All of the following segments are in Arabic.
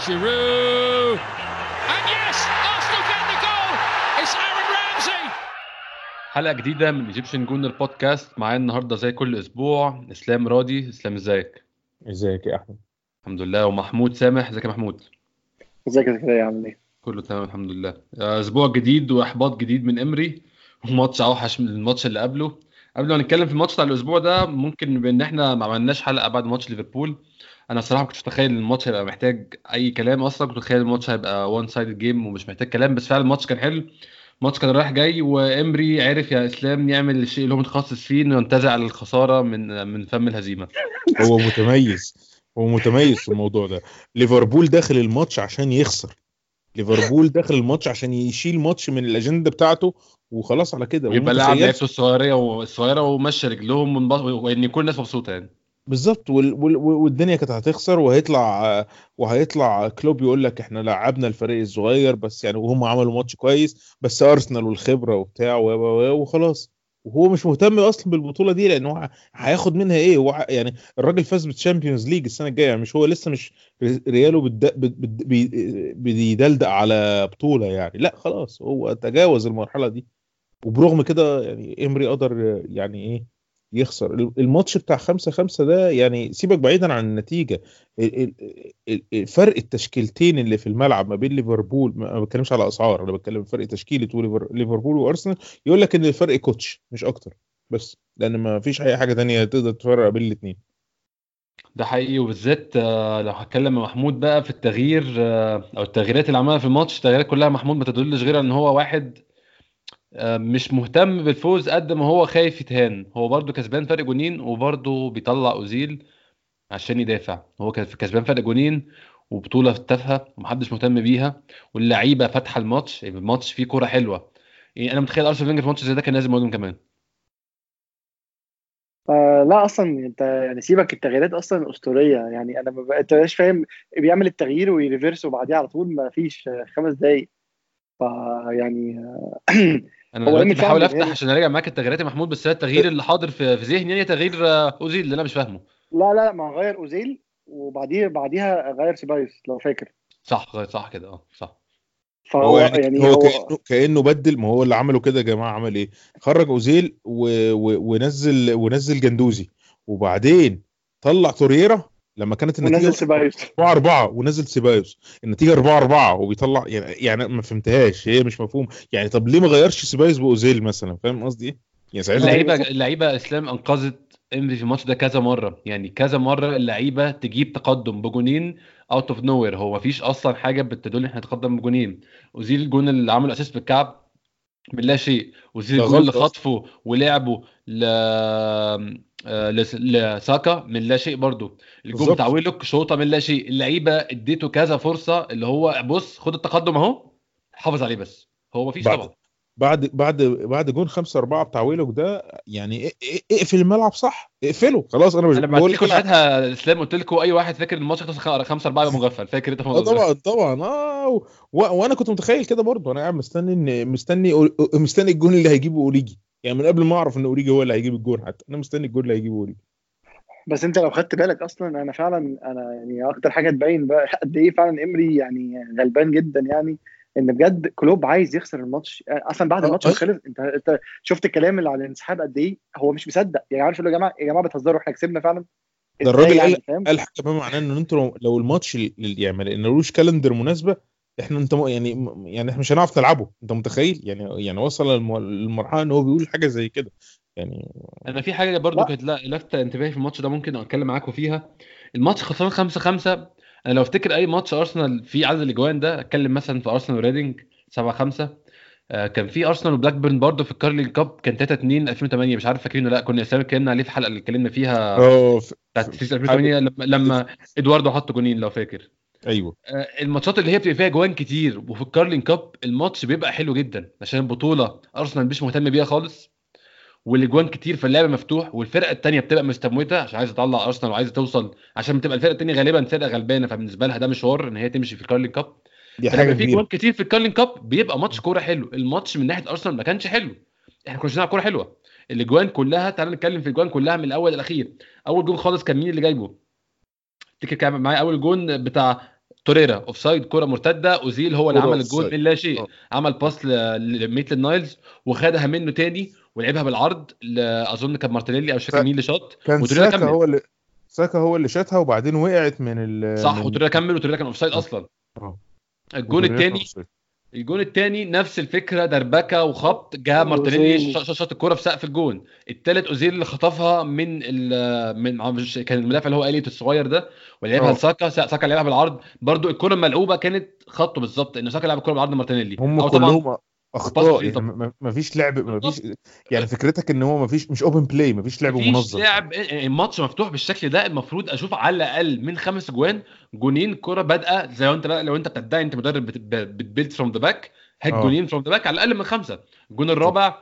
Giroud. And yes, Arsenal get the goal. It's Aaron Ramsey. حلقة جديدة من ايجيبشن جونر بودكاست. معايا النهاردة زي كل اسبوع اسلام راضي. اسلام ازيك؟ ازيك يا احمد؟ الحمد لله. ومحمود سامح. ازيك يا محمود؟ ازيك يا زكريا، عامل ايه؟ كله تمام الحمد لله. اسبوع جديد واحباط جديد من امري وماتش اوحش من الماتش اللي قبله. قبل ما نتكلم في الماتش بتاع الاسبوع ده، ممكن بان احنا ما عملناش حلقة بعد ماتش ليفربول. انا الصراحة ما كنتش متخيل ان الماتش هيبقى محتاج اي كلام اصلا. كنت متخيل الماتش هيبقى وان سايد جيم ومش محتاج كلام، بس فعلا الماتش كان حلو. الماتش كان رايح جاي، وامري عرف يا اسلام يعمل الشيء اللي هو متخصص فيه، انه ينتزع الخسارة من فم الهزيمة. هو متميز في الموضوع ده. ليفربول داخل الماتش عشان يخسر، ليفربول داخل الماتش عشان يشيل الماتش من الاجنده بتاعته وخلاص على كده. ويبقى لاعب لعيبته الصغيره ومشي رجلهم وان يكون الناس مبسوطه يعني. بالظبط. والدنيا كانت هتخسر وهيطلع كلوب يقول لك احنا لعبنا الفريق الصغير بس يعني، وهم عملوا ماتش كويس بس ارسنال والخبره وبتاع وخلاص. وهو مش مهتم اصلا بالبطوله دي، لانه هياخد منها ايه؟ هو يعني الراجل فاز بالتشامبيونز ليج السنه الجايه، يعني مش هو لسه مش رياله بيدلدق على بطوله يعني، لا خلاص هو تجاوز المرحله دي. وبرغم كده يعني امري قدر يعني ايه يخسر الماتش بتاع 5-5 ده. يعني سيبك بعيدا عن النتيجة، فرق التشكيلتين اللي في الملعب ما بين ليفربول، ما بتكلمش على اسعار، انا بتكلم فرق تشكيلة ليفربول وارسنال. يقول لك ان الفرق كوتش مش اكتر، بس لان ما فيش اي حاجة تانية تقدر تفرق بين الاثنين. ده حقيقي. وبالذات لو هتكلم مع محمود بقى في التغيير، او التغييرات اللي عملها في الماتش. التغييرات كلها محمود ما تدلش غير ان هو واحد مش مهتم بالفوز قد ما هو خايف يتهان. هو برضو كسبان فرق جونين، وبرضو بيطلع اوزيل عشان يدافع. هو كان كسبان فرق جونين وبطولة تافهة ومحدش مهتم بيها، واللعيبة فاتحة الماتش. يعني الماتش فيه كورة حلوة. يعني انا متخيل ارسنال فينجر في ماتش زي ده كان لازم مهاجم كمان. لا اصلا انت يعني سيبك، التغييرات اصلا اسطوريه يعني. انا انت مش فاهم، بيعمل التغيير ويريفيرس وبعديها على طول ما فيش 5 دقايق. فيعني انا هو دلوقتي ايمري فعلا بحاول افتح بيبهرني. عشان اراجع معاك التغييرات يا محمود، بس هو التغيير اللي حاضر في ذهني يعني تغيير اوزيل اللي انا مش فاهمه. لا ما غير اوزيل، وبعديها غير سيبايوس لو فاكر. صح صح كده، صح. هو فهو يعني يعني هو هو كأنه بدل. ما هو اللي عمله كده يا جماعة، عمل ايه؟ خرج اوزيل ونزل جندوزي، وبعدين طلع توريرا لما كانت النتيجة ونزل سيبايوس. 4-4، ونزل سيبايوس النتيجة 4-4 وبيطلع. يعني ما فهمتهاش، هي مش مفهوم يعني. طب ليه ما غيرش سيبايوس بأوزيل مثلا؟ فاهم قصدي ايه؟ يعني ساعتها ايوه صح. اللعيبه اسلام انقذت امري في الماتش ده كذا مره. يعني كذا مره اللعيبه تجيب تقدم بجونين اوت اوف نو وير. هو مفيش اصلا حاجه بتدل ان احنا نتقدم بجونين. اوزيل الجون اللي عمله اسيست بالكعب من لا شيء، وزيل ده الجون اللي غلطة اصلا. خطفه ولعبه لساكا من لا شيء برضو. الجون بتاع بالظبط. ويلوك شوطه من لا شيء. اللعيبه اديته كذا فرصه، اللي هو بص خد التقدم اهو، حافظ عليه. بس هو مفيش بعد طبعا. بعد جون 5-4 بتاع ويلوك ده، يعني اقفل الملعب صح، اقفله خلاص. انا مش انا بعت بقول لك لكم ساعتها اسلام، قلت لكم اي واحد فاكر الماتش خلص 5-4 يبقى مغفل. فاكر انت الموضوع ده؟ طبعا طبعا وانا كنت متخيل كده برضه. انا قاعد مستني الجون اللي هيجيبه اوريجي، يعني من قبل ما اعرف ان اوريجي هو اللي هيجيب الجون. حتى انا مستني الجون اللي هيجيبه اوريجي. بس انت لو خدت بالك اصلا، انا فعلا انا يعني اكتر حاجه تبين بقى قد ايه فعلا امري يعني غلبان جدا يعني. ان بجد كلوب عايز يخسر الماتش اصلا. بعد الماتش ما اي. خلص، انت شفت الكلام اللي على الانسحاب قد ايه. هو مش مصدق يعني، عارف يا جماعه، يا جماعه بتهزروا، احنا كسبنا فعلا. ده ازاي الراجل قال يعني؟ فاهم. قال حاجه بما معناه ان انتوا لو الماتش يعني ما لقينالوش كالندر مناسبه، احنا يعني احنا مش هنعرف نلعبه. انت متخيل يعني وصل المرحله ان هو بيقول حاجه زي كده يعني. انا في حاجه برضو لا كانت لافته انتباهي في الماتش ده، ممكن اتكلم معاكم فيها. الماتش خسران 5-5. انا لو افتكر اي ماتش ارسنال فيه عدد الاجوان ده، اتكلم مثلا في ارسنال وريدنج 7-5. كان في ارسنال وبلاك بيرن برضو في الكارلين كاب، كان 3-2 2008. مش عارف فاكرينه؟ لا كنا اسامه اتكلمنا عليه في الحلقه اللي اتكلمنا فيها اه بتاعت سيزون حاجه. 2008 لما ادواردو حط جونين لو فاكر. ايوه الماتشات اللي هي بتبقى فيها جوان كتير وفي الكارلين كاب الماتش بيبقى حلو جدا، عشان البطوله ارسنال مش مهتم بيها خالص، والاجوان كتير فاللعب مفتوح، والفرقه التانيه بتبقى مستموته عشان عايزه تطلع ارسنال وعايزه توصل، عشان بتبقى الفرقه التانيه غالبا فرقه غلبانه، فبالنسبه لها ده مشوار ان هي تمشي في الكارلين كاب. دي حاجه فلما في كبيره. جوان كتير في الكارلين كاب بيبقى ماتش كوره حلو. الماتش من ناحيه ارسنال ما كانش حلو. احنا كنا بنلعب كوره حلوه. الاجوان كلها، تعال نتكلم في الاجوان كلها من الاول للاخير. اول جون خالص كان مين اللي جايبه؟ افتكر كان معايا اول جون بتاع توريرا اوفسايد، كره مرتده، اوزيل هو اللي كرة عمل الجول offside. من لا شيء، عمل باس لميتل نايلز وخدها منه تاني ولعبها بالعرض اظن كان مارتينيلي او مش فاكر مين اللي شاط، كان وتوريرا ساكا كمل. هو اللي شاتها وبعدين وقعت صح، من وتوريرا كمل، وتوريرا كان اوفسايد اصلا. اه الجون وتوريرا كان الثاني، offside. الجون الثاني نفس الفكره، دربكه وخبط، جاء مارتينيلي أوزيل. شاط الكره في سقف الجون. الثالث اوزيل اللي خطفها كان المدافع اللي هو اليوت الصغير ده، ولعبها اه لساكا، ساكا لعبها بالعرض برضو، الكره الملعوبه كانت خطه بالظبط، ان ساكا لعب الكره بالعرض مارتينيلي، هم او طبعا كلهم وباس اخطاء اوزيل يعني، طبعا. ما فيش لعب، ما فيش بالظبط. يعني فكرتك ان هو ما فيش، مش اوبن بلاي، ما فيش لعب مفيش منظم. لعب، الماتش مفتوح بالشكل ده، المفروض اشوف على الاقل من 5 جوان، جونين كرة بادئه زي ما انت بقى، لو انت بتدعي انت مدرب بتبيلد فروم ذا باك، هات اه جونين فروم ذا باك على الاقل من 5. الجون الرابع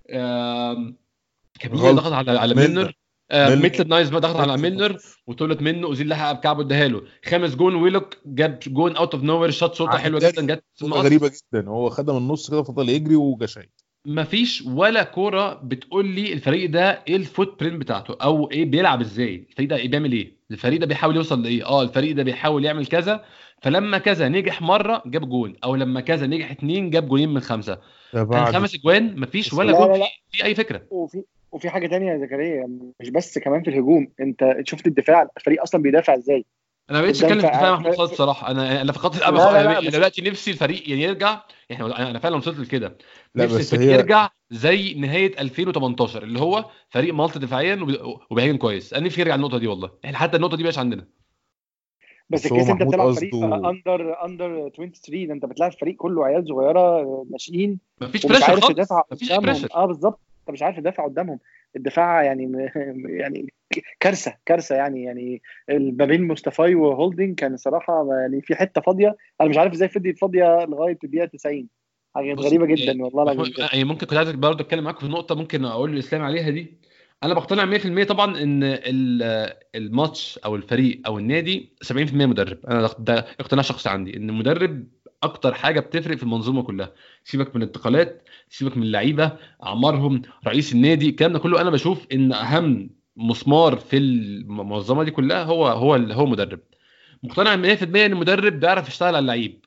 كبير ضغط غلط على ميلنر ميلنر، ميتل نايز بقى ضغط على ميلنر ميلنر وطولت منه، اوزيل لحق بكعبه اداها له. خامس جون ويلوك جاب جون اوت اوف نو وير، شوت شوطه حلوه جدا عجباني، جت في نقطة المقص. غريبة جدا، هو خدها من النص كده فضل يجري وجشعي. مفيش ولا كوره بتقول لي الفريق ده ايه الفوت برين بتاعته، او ايه بيلعب ازاي، الفريق ده ايه بيعمل ايه، الفريق ده بيحاول يوصل لايه. الفريق ده بيحاول يعمل كذا، فلما كذا نجح مره جاب جون، او لما كذا نجح 2 جاب جونين من 5. ده كان بعد 5 جوان، مفيش ولا لا جون لا فيه لا، في اي فكره. وفي حاجه تانية يا زكريا، مش بس كمان في الهجوم، انت شفت الدفاع، الفريق اصلا بيدافع ازاي انا ما بقتش قدام اتكلم في الدفاع يا محمود خالص بصراحه، انا فقدت الامل لا لا لا انا بس دلوقتي نفسي الفريق يعني يرجع، انا فعلا وصلت لكده، لا نفسي بس الفريق هي يرجع زي نهايه 2018 اللي هو فريق مالتي دفاعيا وبيهاجم كويس. انا نفسي يرجع النقطه دي والله، احنا حتى النقطه دي مش عندنا. بس بس هو الكيس انت محمود بتلعب فريق قصده اندر 23، ده انت بتلعب فريق كله عيال صغيره ناشئين، مفيش ومش بريشر عارف خالص، تدافع مفيش اي قدامهم. بريشر. بالظبط، انت مش عارف تدافع قدامهم. الدفاع يعني يعني كارثه كارثه يعني ما بين مصطفى وهولدنج كان صراحه يعني في حته فاضيه، انا مش عارف ازاي فضيت فاضيه لغايه الدقيقه 90. حاجات بص غريبه يعني جدا والله محمود، العظيم بجد. يعني ممكن كنت عايز برضه اتكلم معاكم في نقطه ممكن اقول الاسلام عليها دي. انا بقتنع 100% طبعا ان الماتش او الفريق او النادي 70% مدرب. انا ده اقتناع شخصي عندي، ان المدرب اكتر حاجه بتفرق في المنظومه كلها. سيبك من الانتقالات، سيبك من اللعيبه اعمارهم، رئيس النادي، الكلام ده كله، انا بشوف ان اهم مسمار في المنظمه دي كلها هو مدرب. مقتنع 100% ان المدرب بيعرف يشتغل على اللعيب،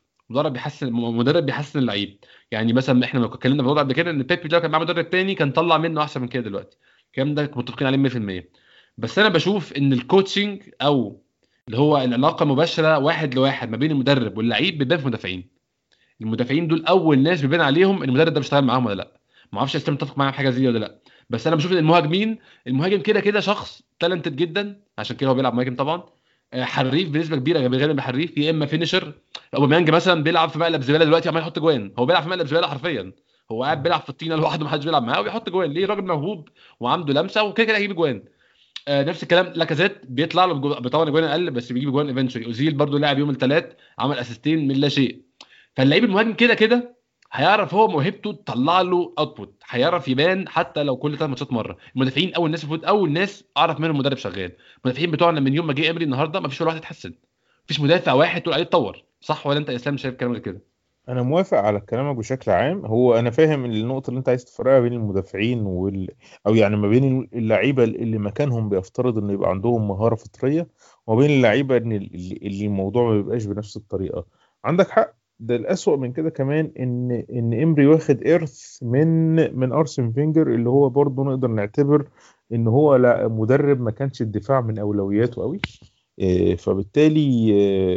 مدرب بيحسن اللعيب. يعني مثلا احنا لو اتكلمنا في الموضوع قبل كده، ان بيبي لو كان معاه مدرب تاني كان طلع منه احسن من كده دلوقتي، الكلام ده متفقين عليه 100%. بس انا بشوف ان الكوتشنج، او اللي هو العلاقه المباشره واحد لواحد ما بين المدرب واللعيب، بتبان في المدافعين. المدافعين دول اول ناس بيبان عليهم ان المدرب ده بيشتغل معاهم ولا لا. ما اعرفش اسلام متفق معايا في حاجه زي دي ولا لا، بس انا بشوف ان المهاجم كده كده شخص تالنتد جدا، عشان كده هو بيلعب مهاجم طبعا. حريف بنسبه كبيره، غالبا حريف، يا اما فينيشر. اوباميانج مثلا بيلعب في مقلب زباله دلوقتي، عمال يحط جوان، هو بيلعب في مقلب زباله حرفيا. هو قاعد بيلعب في الطينه لوحده، ما حدش بيلعب معاه، وبيحط جوان. ليه؟ راجل موهوب وعنده لمسه، وكده كده هيجيب جوان. نفس الكلام لاكازيت، بيطلع له طبعا جوان اقل، بس بيجيب جوان ايفنشولي. اوزيل برضو لاعب يوم الثلاث، عمل اسيستين من لا شيء. فاللعيب المهاجم كده كده هيعرف هو موهبته تطلع له اوتبوت، هيعرف يبان حتى لو كل 3 ماتشات مره. المدافعين اول ناس، المفروض اول ناس اعرف منهم مدرب شغال. المدافعين بتوعنا من يوم ما جه امري النهارده ما فيش ولا واحد اتحسن، مفيش مدافع واحد تقول عليه اتطور. صح ولا انت يا اسلام شايف كلام غير كده؟ انا موافق على كلامك بشكل عام. هو انا فاهم النقطه اللي انت عايز تفرقها بين المدافعين او يعني ما بين اللعيبه اللي مكانهم بيفترض انه يبقى عندهم مهاره فطريه، وما بين اللعيبه اللي الموضوع ما بيبقاش بنفس الطريقه. عندك حق. ده الأسوأ من كده كمان ان امري واخد ارث من ارسن فينجر، اللي هو برضه نقدر نعتبر ان هو لا مدرب ما كانش الدفاع من اولوياته قوي. فبالتالي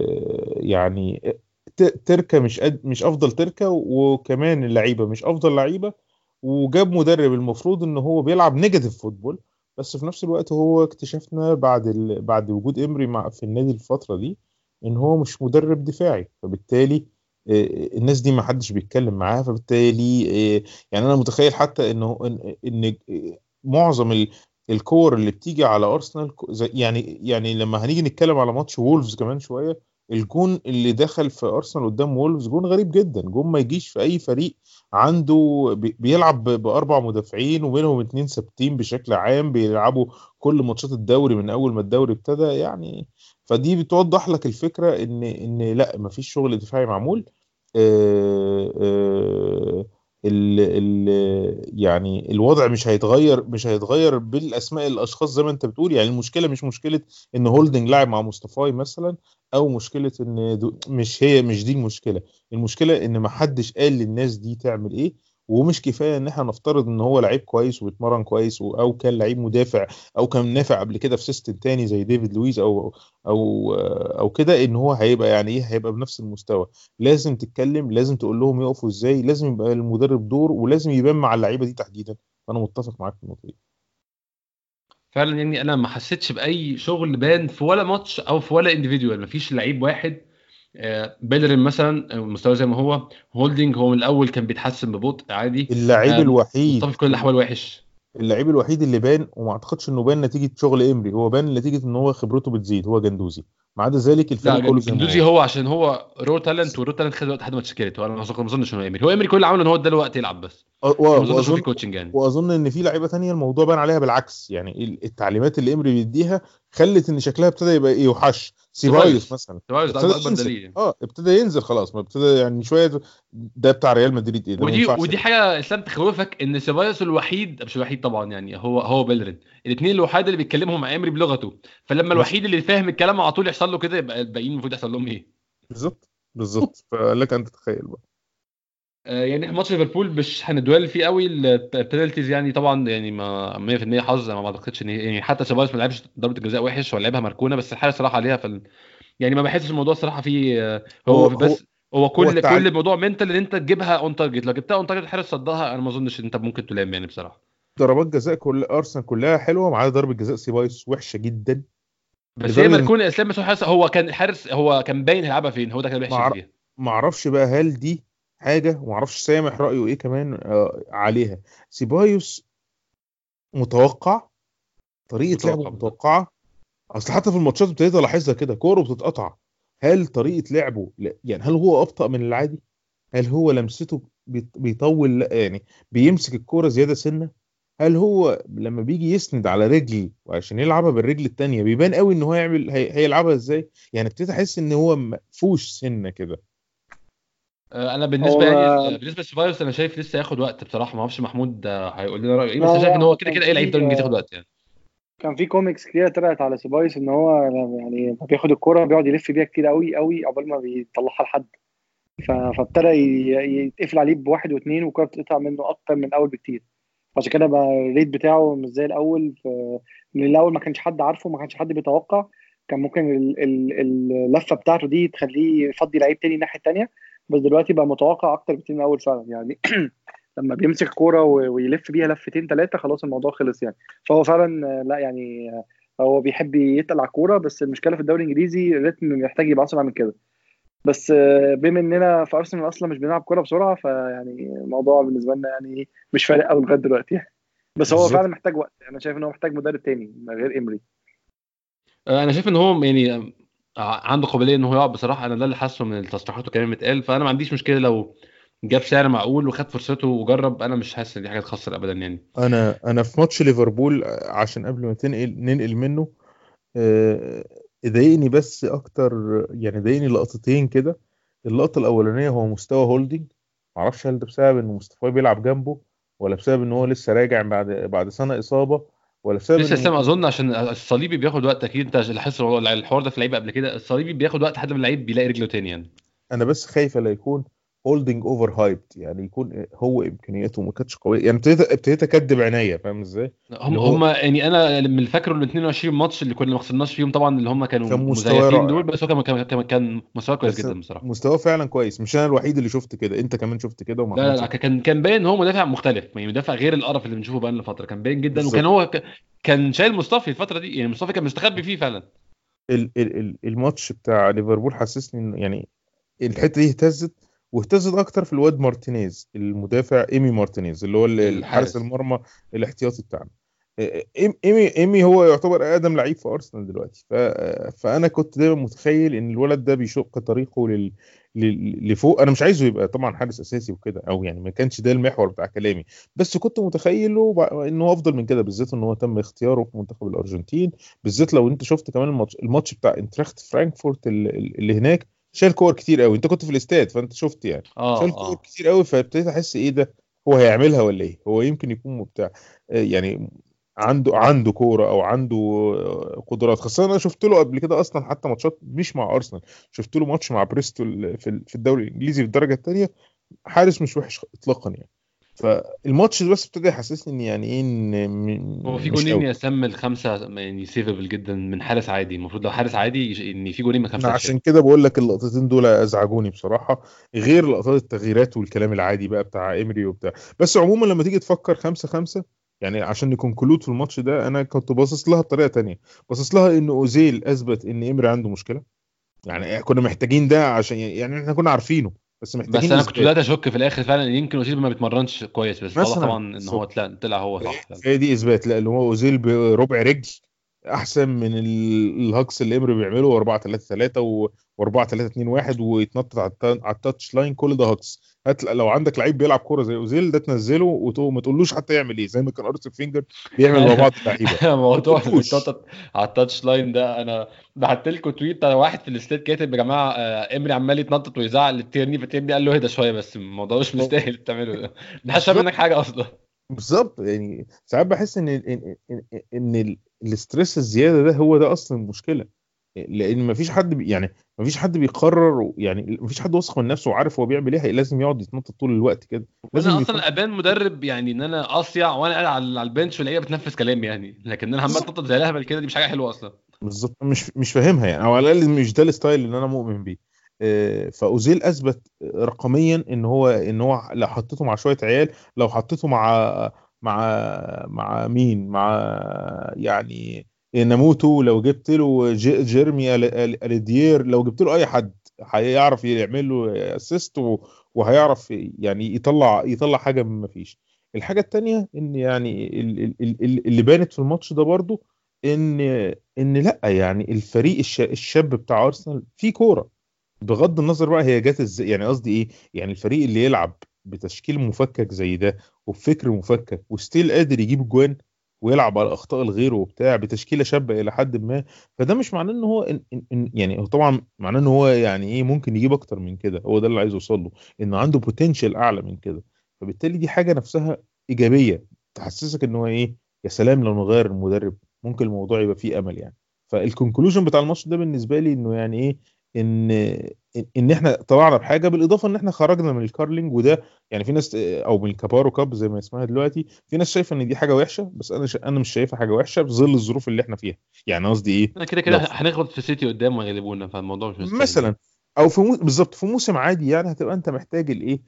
يعني تركه مش افضل تركه، وكمان اللعيبه مش افضل لعيبه، وجاب مدرب المفروض ان هو بيلعب نيجاتيف فوتبول. بس في نفس الوقت هو اكتشفنا بعد وجود امري في النادي الفتره دي ان هو مش مدرب دفاعي. فبالتالي الناس دي ما حدش بيتكلم معاها. فبالتالي يعني انا متخيل حتى انه ان معظم الكور اللي بتيجي على ارسنال يعني لما هنيجي نتكلم على ماتش وولفز كمان شويه، الجون اللي دخل في ارسنال قدام وولفز جون غريب جدا، جون ما يجيش في اي فريق عنده بيلعب باربع مدافعين ومنهم 2 ثابتين بشكل عام بيلعبوا كل ماتشات الدوري من اول ما الدوري ابتدى يعني. فدي بتوضح لك الفكره ان لا، ما فيش شغل دفاعي معمول. يعني الوضع مش هيتغير بالاسماء الاشخاص زي ما انت بتقول. يعني المشكله مش مشكله ان هولدنج لاعب مع مصطفى مثلا، او مشكله ان مش دي المشكله ان ما حدش قال للناس دي تعمل ايه. ومش كفايه ان احنا نفترض ان هو لعيب كويس وبيتمرن كويس، او كان لعيب مدافع، او كان نافع قبل كده في سيستم تاني زي ديفيد لويز او كده، ان هو هيبقى يعني ايه، هيبقى بنفس المستوى. لازم تتكلم، لازم تقول لهم يقفوا ازاي، لازم يبقى المدرب دور، ولازم يبان مع اللعيبه دي تحديدا. انا متفق معاك في النقطه دي. فعلا يعني انا ما حسيتش باي شغل بان في ولا ماتش او في ولا انديفيديوال. مفيش لعيب واحد. بيلرين مثلا مستوى زي ما هو. هولدنج هو من الاول كان بيتحسن ببطء عادي. اللعيب مصطفى الوحيد في كل الاحوال وحش. اللعيب الوحيد اللي بان، وما اعتقدش انه بان نتيجه شغل امري، هو بان نتيجه ان هو خبرته بتزيد، هو جندوزي. ما عدا ذلك لا الفريق كله زي ما جندوزي هو. هو عشان هو رو تالنت، والرو تالنت خد وقت لحد ما تشكلت. وانا ما اظنش انه امري. هو امري كل اللي عمله ان هو اداله وقت يلعب بس. ما اظنش هو في واظن كوتشنج يعني. واظن ان في لعيبه تانية الموضوع بان عليها بالعكس. يعني التعليمات اللي امري بيديها خلت ان شكلها ابتدى يبقى ايه، يوحش. سيبايوس سيبايوس مثلا سيبايوس ده ابتدى اكبر ينزل، دليل يعني. ابتدى ينزل خلاص، ما ابتدى يعني شويه. ده بتاع ريال مدريد، ايه ده ما ينفعش. ودي حاجه اسلام تخوفك ان سيبايوس الوحيد، مش الوحيد طبعا يعني، هو بيلرين الاثنين الوحيد اللي بيتكلموا مع امري بلغته. فلما بس الوحيد اللي فاهم الكلام على طول يحصل له كده، يبقى الباقيين المفروض يحصل لهم ايه؟ بالظبط فلك ان تتخيل بقى. يعني احنا ماتش ليفربول مش هندوال فيه قوي البينالتيز يعني. طبعا يعني ما 100% حظ. ما اعتقدش ان يعني حتى سيبايوس ما لعبش ضربه الجزاء وحش، ولا لعبها مركونه، بس الحاله صراحه عليها يعني ما بحسش الموضوع الصراحه فيه هو هو هو بس. هو هو كل الموضوع منتال ان انت تجيبها اون تارجت. لو جبتها اون تارجت الحارس صدها، انا ما اظنش ان انت ممكن تلام يعني بصراحه. ضربات جزاء كل ارسنال كلها حلوه، ما عدا ضربه جزاء سيبايوس وحشه جدا. بس هي لدرجه ان مركونه اسلام. بس هو كان الحارس، هو كان باين هيلعبها فين. هو ده كان ما الوحش اللي أعر- فيها. ما اعرفش بقى هل دي حاجه، وما اعرفش سامح رايه ايه كمان عليها. سيبايوس متوقع، طريقه لعبه متوقع بالظبط. متوقعه. اصل حتى في الماتشات ابتديت الاحظها كده، كوره بتتقطع. هل طريقه لعبه يعني هل هو ابطا من العادي؟ هل هو لمسته بيطول، لا يعني بيمسك الكوره زياده سنه؟ هل هو لما بيجي يسند على رجلي وعشان يلعبها بالرجل التانية بيبان قوي ان هو هيلعبها ازاي؟ يعني ابتديت احس ان هو مقفوش سنه كده. انا بالنسبه هو يعني بالنسبه لسيبايوس انا شايف لسه هياخد وقت بصراحه. ما اعرفش محمود هيقول لنا رايه ايه، بس أنا شايف ان هو هو كده كده اي لعيب دوري انجليزي ياخد وقت يعني. كان في كوميكس كتير طلعت على سيبايوس ان هو يعني لما بياخد الكوره بيقعد يلف بيها كتير قوي قوي عقبال ما بيطلعها لحد. فابتدى يتقفل عليه بواحد واثنين، والكوره بتقطع منه اكتر من الاول بكتير. عشان كده بقى الريت بتاعه مش زي الاول. من الاول ما كانش حد عارفه، ما كانش حد بيتوقع. كان ممكن اللفه بتاعته دي تخليه يفضي لعيب تاني الناحيه التانيه. بس دلوقتي بقى متوقع اكتر بكتير من الاول فعلا يعني. لما بيمسك كوره ويلف بيها لفتين ثلاثه خلاص الموضوع خلص يعني. فهو فعلا لا يعني هو بيحب يتقل على الكوره. بس المشكله في الدوري الانجليزي الريتم محتاج يبقى اسرع من كده. بس بما اننا في ارسنال اصلا مش بنلعب كوره بسرعه، فيعني الموضوع بالنسبه لنا يعني مش فارق قوي لغايه دلوقتي يعني. بس هو بالظبط. فعلا محتاج وقت. انا شايف ان هو محتاج مدرب تاني غير امري. انا شايف ان هو يعني عنده قابليه ان هو يقعد بصراحه. انا ده اللي حاسه من التصريحات وكلام اتقال. فانا ما عنديش مشكله لو جاب سعر معقول وخد فرصته وجرب. انا مش حاسس ان دي حاجه تخسر ابدا يعني. انا في ماتش ليفربول عشان قبل ما ننقل منه، آه، ضايقني بس اكتر. يعني ضايقني لقطتين كده. اللقطه الاولانيه هو مستوى هولدنج. معرفش هل ده بسبب ان مصطفى بيلعب جنبه، ولا بسبب ان هو لسه راجع بعد سنه اصابه، ولا بسبب لسه ان اسلام اظن عشان الصليبي بياخد وقت. اكيد انت لاحظت الحوار ده في اللعيبه قبل كده. الصليبي بياخد وقت لحد ما اللعيب بيلاقي رجله تاني يعني. انا بس خايف لا يكون هولدنج اوفر هايبد، يعني يكون هو امكانياته ما كانتش قويه. يعني ابتديت اكدب عينيا، فاهم ازاي؟ اللي هم هو يعني انا من اللي فاكره ال 22 ماتش اللي كنا ما خسرناش فيهم طبعا، اللي هم كانوا كان مستواه مزيفين دول. رائع. بس هو كان مستواه كويس بس جدا بصراحه. مستواه فعلا كويس. مش انا الوحيد اللي شفت كده، انت كمان شفت كده، لا ومحمود لا لا، شاف. كان باين ان هو مدافع مختلف يعني. مدافع غير القرف اللي بنشوفه بقى لنا فتره. كان باين جدا. وكان بالظبط. هو كان شايل مصطفى الفتره دي يعني. مصطفى كان مستخبي فيه فعلا. الماتش بتاع ليفربول حسسني ان يعني الحته دي اهتزت، واهتزت اكتر في الواد مارتينيز، المدافع ايمي مارتينيز اللي هو الحارس الحارس. المرمى الاحتياطي بتاعنا. ايمي هو يعتبر اقدم لعيب في ارسنال دلوقتي. فانا كنت دايما متخيل ان الولد ده بيشق طريقه لفوق. انا مش عايزه يبقى طبعا حارس اساسي وكده، او يعني ما كانش ده المحور بتاع كلامي. بس كنت متخيله انه افضل من كده، بالذات ان هو تم اختياره في منتخب الارجنتين. بالذات لو انت شفت كمان الماتش بتاع انتراخت فرانكفورت اللي هناك، شال كور كتير قوي. انت كنت في الاستاد فانت شفت يعني. اه شال كور اه. كتير قوي، فابتديت احس ايه ده، هو هيعملها ولا ايه؟ هو يمكن يكون مبتاع يعني عنده كوره او عنده قدرات، خاصه انا شفت له قبل كده اصلا حتى ماتشات مش مع ارسنال، شفت له ماتش مع بريستول في الدوري الانجليزي في الدرجه الثانيه، حارس مش وحش اطلاقا يعني. فالماتش بس ابتدى يحسسني ان يعني ايه هو في مش جونين قوي. يسمى الخمسه يعني سيفبل جدا من حارس عادي. المفروض لو حارس عادي ان في جونين من انا خمسه يتشال. عشان كده بقول لك اللقطتين دول ازعجوني بصراحه، غير لقطات التغييرات والكلام العادي بقى بتاع ايمري وبتاع. بس عموما لما تيجي تفكر 5-5، يعني عشان نكونكلود في الماتش ده، انا كنت باصص لها بطريقه تانية، باصص لها ان اوزيل اثبت ان ايمري عنده مشكله، يعني كنا محتاجين ده عشان يعني احنا كنا عارفينه، بس بس محتاجين انا كنت اثبات. بدات اشك في الاخر فعلا يمكن اوزيل ما بيتمرنش كويس، بس اتضح مثلا طبعا ان هو بالظبط. طلع هو صح فعلا. فهي دي اثبات، لا اللي هو اوزيل بربع رجل احسن من الهجص اللي امري بيعمله، و4-3-3 و4-3-2-1 ويتنطط على التاتش لاين، كل ده هجص. هات لو عندك لعيب بيلعب كوره زي اوزيل ده، تنزله وما تقولوش حتى يعمل ايه، زي ما كان ارسنال فينجر بيعمل مع بعض اللعيبه، ما موضوع اللي تقولوش. بيتنطط على التاتش لاين ده، انا بعت لكم تويت على واحد في الاستاد كاتب يا جماعه امري عمال يتنطط ويزعق للتيرني، فالتيرني قال له اهدى شويه، بس الموضوع مش مستاهل اللي بتعمله ده، ما حدش فاهم بالظبط. منك حاجه اصلا. بالظبط، يعني ساعات بحس ان الاسترس الزياده ده هو ده اصلا المشكله، لان مفيش حد يعني مفيش حد بيقرر، يعني مفيش حد واثق من نفسه وعارف هو بيعمل ايه، لازم يقعد يتنطط طول الوقت كده، وانا لازم يكون. اصلا ابان مدرب يعني ان انا اصيع وانا قاعد على البنش والاقيها بتنفذ كلامي يعني، لكن انا عمال بالظبط. اتنطط زي الهبل كده، دي مش حاجه حلوه اصلا. بالظبط، مش فاهمها يعني، او على الاقل مش ده الستايل اللي انا مؤمن بيه. فاوزيل اثبت رقميا ان هو لو حطيته مع شويه عيال، لو حطيته مع مين، مع يعني ناموتو، لو جبت له جيرمي الديير، لو جبت له اي حد هيعرف يعمل له اسيست، وهيعرف يعني يطلع حاجه من ما فيش. الحاجه التانيه ان يعني اللي بانت في الماتش ده برضو ان لا يعني الفريق الشاب بتاع ارسنال فيه كوره، بغض النظر بقى هي جت ازاي، يعني قصدي ايه، يعني الفريق اللي يلعب بتشكيل مفكك زي ده وبفكر مفكك وستيل قادر يجيب جوان ويلعب على اخطاء الغير وبتاع بتشكيله شابه الى حد ما، فده مش معناه ان هو يعني هو طبعا معناه ان هو يعني ايه ممكن يجيب اكتر من كده، هو ده اللي عايز اوصل له، انه عنده بوتنشال اعلى من كده. فبالتالي دي حاجه نفسها ايجابيه، تحسسك ان هو ايه، يا سلام لو نغير المدرب ممكن الموضوع يبقى فيه امل يعني. فالكونكلوجن بتاع الماتش ده بالنسبه لي انه يعني ايه، ان احنا طلعنا بحاجه، بالاضافه ان احنا خرجنا من الكارلينج، وده يعني في ناس او من الكابارو كاب زي ما اسمها دلوقتي، في ناس شايفه ان دي حاجه وحشه، بس انا مش شايفها حاجه وحشه في ظل الظروف اللي احنا فيها، يعني قصدي ايه، انا كده كده لو هنخبط في سيتي قدام ويغلبونا، فالموضوع مش مستاهل مثلا يعني. او بالظبط في موسم عادي، يعني هتبقى انت محتاج الايه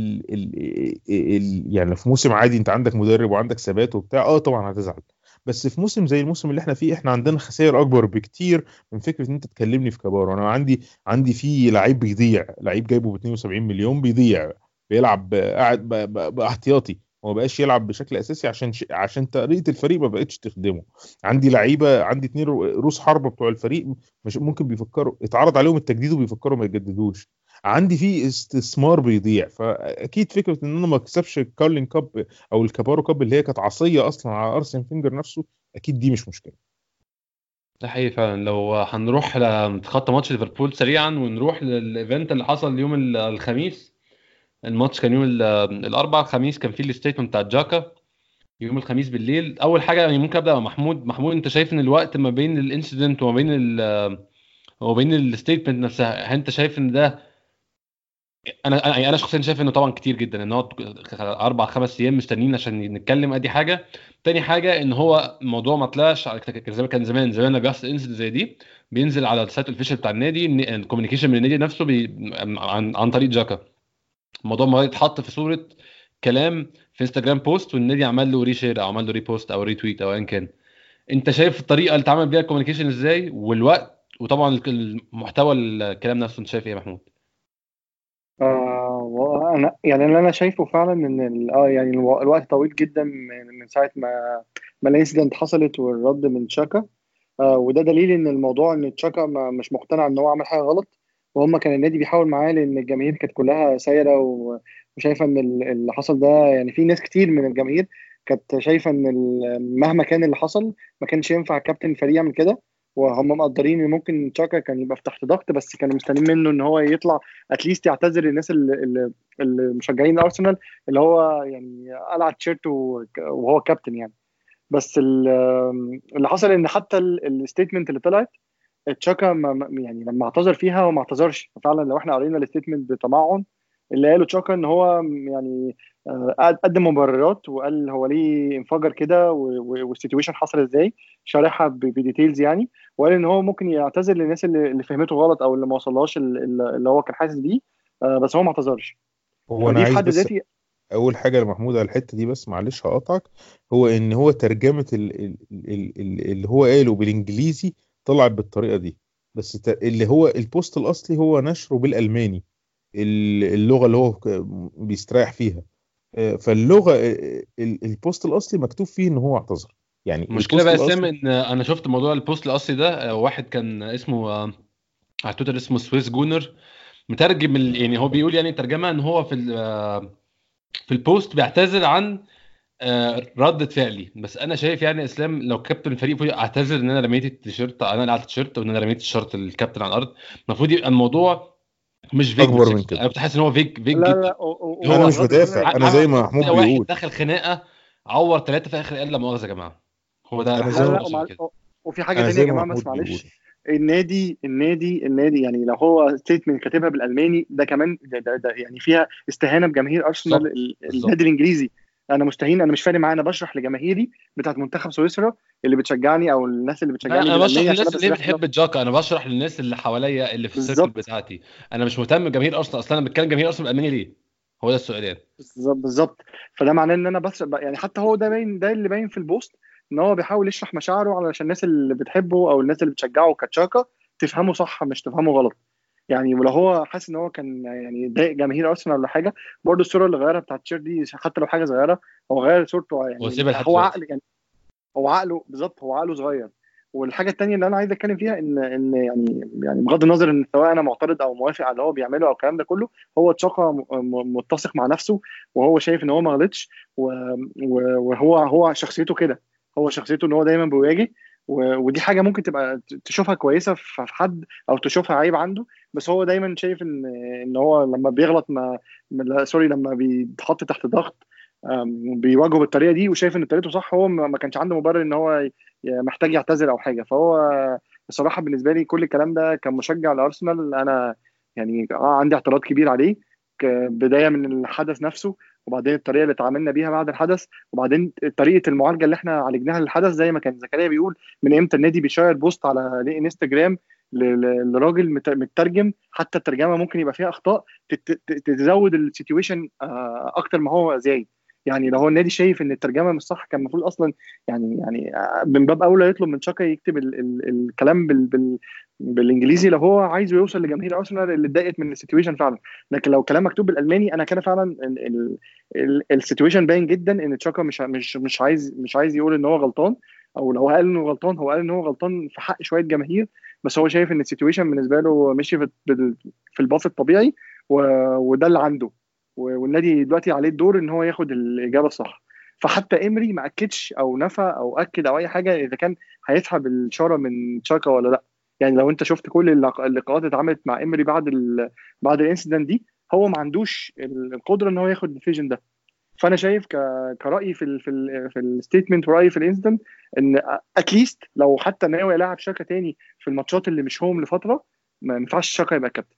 يعني في موسم عادي انت عندك مدرب وعندك ثبات وبتاع، طبعا هتزعل. بس في موسم زي الموسم اللي احنا فيه، احنا عندنا خسائر اكبر بكتير من فكره ان انت تكلمني في كبار. انا عندي فيه لعيب بيضيع، لعيب جايبه ب 72 مليون بيضيع، بيلعب قاعد باحتياطي، هو ما بقاش يلعب بشكل اساسي عشان طريقه الفريق ما بقتش تخدمه. عندي لعيبه، عندي اتنين رؤوس حربه بتوع الفريق مش ممكن بيفكروا، اتعرض عليهم التجديد وبيفكروا ما يجددوش، عندي فيه استثمار بيضيع. فاكيد فكره ان انا ما اكسبش الكارلين كاب او الكابارو كاب اللي هي كانت عصيه اصلا على ارسن فينجر نفسه، اكيد دي مش مشكله. ده حقيقي فعلا. لو هنروح نتخطى ماتش ليفربول سريعا ونروح للايفنت اللي حصل يوم الخميس. الماتش كان يوم الاربعاء، الخميس كان فيه الستيتمنت بتاع جاكا يوم الخميس بالليل. اول حاجه يعني ممكن ابدا مع محمود، انت شايف ان الوقت ما بين الانسيدنت وما بين الستيتمنت نفسها، هل انت شايف ان ده، انا شخصيا شايف انه طبعا كتير جدا ان هو 4 5 ايام مستنيين عشان نتكلم، ادي حاجه. تاني حاجه ان هو الموضوع ما طلعش زي ما كان زمان لما بيحصل انسيدنت زي دي بينزل على السايت الاوفيشال بتاع النادي، الكوميونيكيشن من النادي نفسه عن طريق جاكا. الموضوع ما يتحط في صوره كلام في انستجرام بوست والنادي عمل له ريشير او عمل له ريبوست او ريتويت او ايا كان. انت شايف الطريقه اللي اتعمل بيها الكوميونيكيشن ازاي والوقت، وطبعا المحتوى الكلام نفسه، انت شايف ايه يا محمود؟ وانا يعني اللي انا شايفه فعلا ان يعني الوقت طويل جدا من ساعه ما الانسيدنت حصلت والرد من شاكا. وده دليل ان الموضوع ان تشاكا مش مقتنع ان هو عمل حاجه غلط، وهم كان النادي بيحاول معاه لان الجماهير كانت كلها سايره وشايفه ان اللي حصل ده، يعني في ناس كتير من الجماهير كانت شايفه ان مهما كان اللي حصل ما كانش ينفع كابتن الفريق يعمل كده. وهم مقدرين ان ممكن تشاكا كان يبقى في تحت ضغط، بس كانوا مستنيين منه ان هو يطلع اتليست يعتذر للناس اللي مشجعين ارسنال، اللي هو يعني قلع التيشيرت وهو كابتن يعني. بس اللي حصل ان حتى الستيتمنت اللي طلعت تشاكا يعني لما اعتذر فيها هو ما اعتذرش فعلا. لو احنا قرينا الستيتمنت بتمعن اللي قاله تشاكا ان هو يعني قدم مبررات وقال هو ليه انفجر كده والسيتويشن حصل ازاي، شارحها بديتيلز يعني. وقال ان هو ممكن يعتذر للناس اللي فهمته غلط او اللي ما وصلهاش اللي هو كان حاسس بيه، بس هو ما اعتذرش. هو انا فدي في عايز حد بس ذاتي اول حاجه لمحمود على الحته دي، بس معلش هقطعك. هو ان هو ترجمه اللي هو قاله بالانجليزي طلعت بالطريقه دي، بس اللي هو البوست الاصلي هو نشره بالالماني، اللغه اللي هو بيستريح فيها. فاللغه البوست الاصلي مكتوب فيه ان هو اعتذر، يعني المشكله البوست بقى اسلام الاصلي. ان انا شفت موضوع البوست الاصلي ده، واحد كان اسمه على تويتر اسمه سويس جونر مترجم يعني هو بيقول يعني ترجمه ان هو في البوست بيعتذر عن ردة فعلي. بس انا شايف يعني اسلام لو كابتن الفريق المفروض اعتذر ان انا رميت التيشيرت، انا قلعت التيشيرت وان انا رميت الشورت الكابتن على الارض. المفروض يبقى الموضوع مش فيج اكبر من بالشكل ده. كده. انا كنت حاسس ان هو فيج لا جدا. لا انا هو مش وبغض النظر بدافع، يا انا عمل زي ما جماعه. محمود زي واحد بيقول. دخل خناقه عور ثلاثه في اخر قال لا مؤاخذه يا جماعه. هو ده انا انا زي لا حاسس ما لا الموضوع كده. وفي حاجه انا تانية يا زي ما جماعه بس محمود بيقول. معلش. النادي يعني لو هو ستيتمنت كاتبها بالالماني ده كمان ده يعني فيها استهانه بجماهير ارسنال بالظبط النادي بالظبط. الانجليزي. انا مستهين، انا مش فارق معايا، انا بشرح لجماهيري بتاعت منتخب سويسرا اللي بتشجعني او الناس اللي لا بتشجعني انا بشرح بالالماني عشان للناس انا اللي هي بس رحت له. بتحب جاكا، انا بشرح للناس اللي حواليا اللي في السيركل بالظبط بتاعتي. انا مش مهتم بجماهير ارسنال اصلا، انا بتكلم جماهير ارسنال بالالماني ليه؟ هو ده السؤال يعني. بالظبط. فده معناه ان انا بس يعني حتى هو ده باين، ده اللي باين في البوست، ان هو بيحاول يشرح مشاعره علشان الناس اللي بتحبه او الناس اللي بتشجعه كتشاكا تفهمه صح مش تفهمه غلط. يعني ولو هو حاسس ان هو كان يعني ضايق جماهير ارسنال ولا حاجه، برضه الصوره اللي غيرها بتاعت التيشيرت دي حتى لو حاجه صغيره، هو غير صورته هو يعني. سيبها لحد هو دلوقتي. عقل يعني، هو عقله بالظبط، هو عقله صغير. والحاجه التانيه اللي انا عايز اتكلم فيها ان يعني بغض النظر ان سواء انا معترض او موافق على اللي هو بيعمله او الكلام ده كله، هو تشاكا متسق مع نفسه وهو شايف ان هو ما غلطش. وهو شخصيته كده، هو شخصيته ان هو دايما بيواجه. ودي حاجه ممكن تبقى تشوفها كويسه في حد او تشوفها عيب عنده، بس هو دايما شايف ان هو لما بيغلط سوري لما بيتحط تحت ضغط بيواجهه بالطريقه دي، وشايف ان طريقته صح. هو ما كانش عنده مبرر ان هو محتاج يعتذر او حاجه. فهو بصراحه بالنسبه لي كل الكلام ده كمشجع لارسنال انا يعني عندي اعتراض كبير عليه. بدايه من الحدث نفسه، وبعدين الطريقه اللي اتعاملنا بيها بعد الحدث، وبعدين طريقه المعالجه اللي احنا عالجناها للحدث. زي ما كان زكريا بيقول، من امتى النادي بيشير بوست على انستجرام لراجل مترجم، حتى الترجمه ممكن يبقى فيها اخطاء تزود السيتويشن اكتر ما هو زايد. يعني لو هو النادي شايف ان الترجمه مش صح، كان المفروض اصلا يعني من باب اولى يطلب من شاكا يكتب الكلام بالانجليزي لو هو عايز يوصل لجماهير ارسنال اللي اتضايقت من السيتويشن فعلا. لكن لو كلام مكتوب بالالماني انا كده فعلا السيتويشن باين جدا ان تشاكا مش عايز يقول ان هو غلطان، او لو قال انه غلطان هو قال ان هو غلطان في حق شويه جماهير. بس هو شايف ان السيتويشن بالنسبه له ماشي في الباص الطبيعي، وده اللي عنده. والنادي دلوقتي عليه الدور ان هو ياخد الاجابه الصح. فحتى امري ما اكدش او نفى او اكد او اي حاجه اذا كان هيسحب الشاره من تشاكا ولا لا. يعني لو انت شفت كل اللقاءات اتعملت مع امري بعد الانسيدنت دي، هو ما عندوش القدره ان هو ياخد الديسيجن ده. فانا شايف كرايي في الستيتمنت ورايي في الانسيدنت ان اتليست لو حتى ناوي يلعب شاكا تاني في الماتشات اللي مش هوم لفتره، ما ينفعش شاكا يبقى كابتن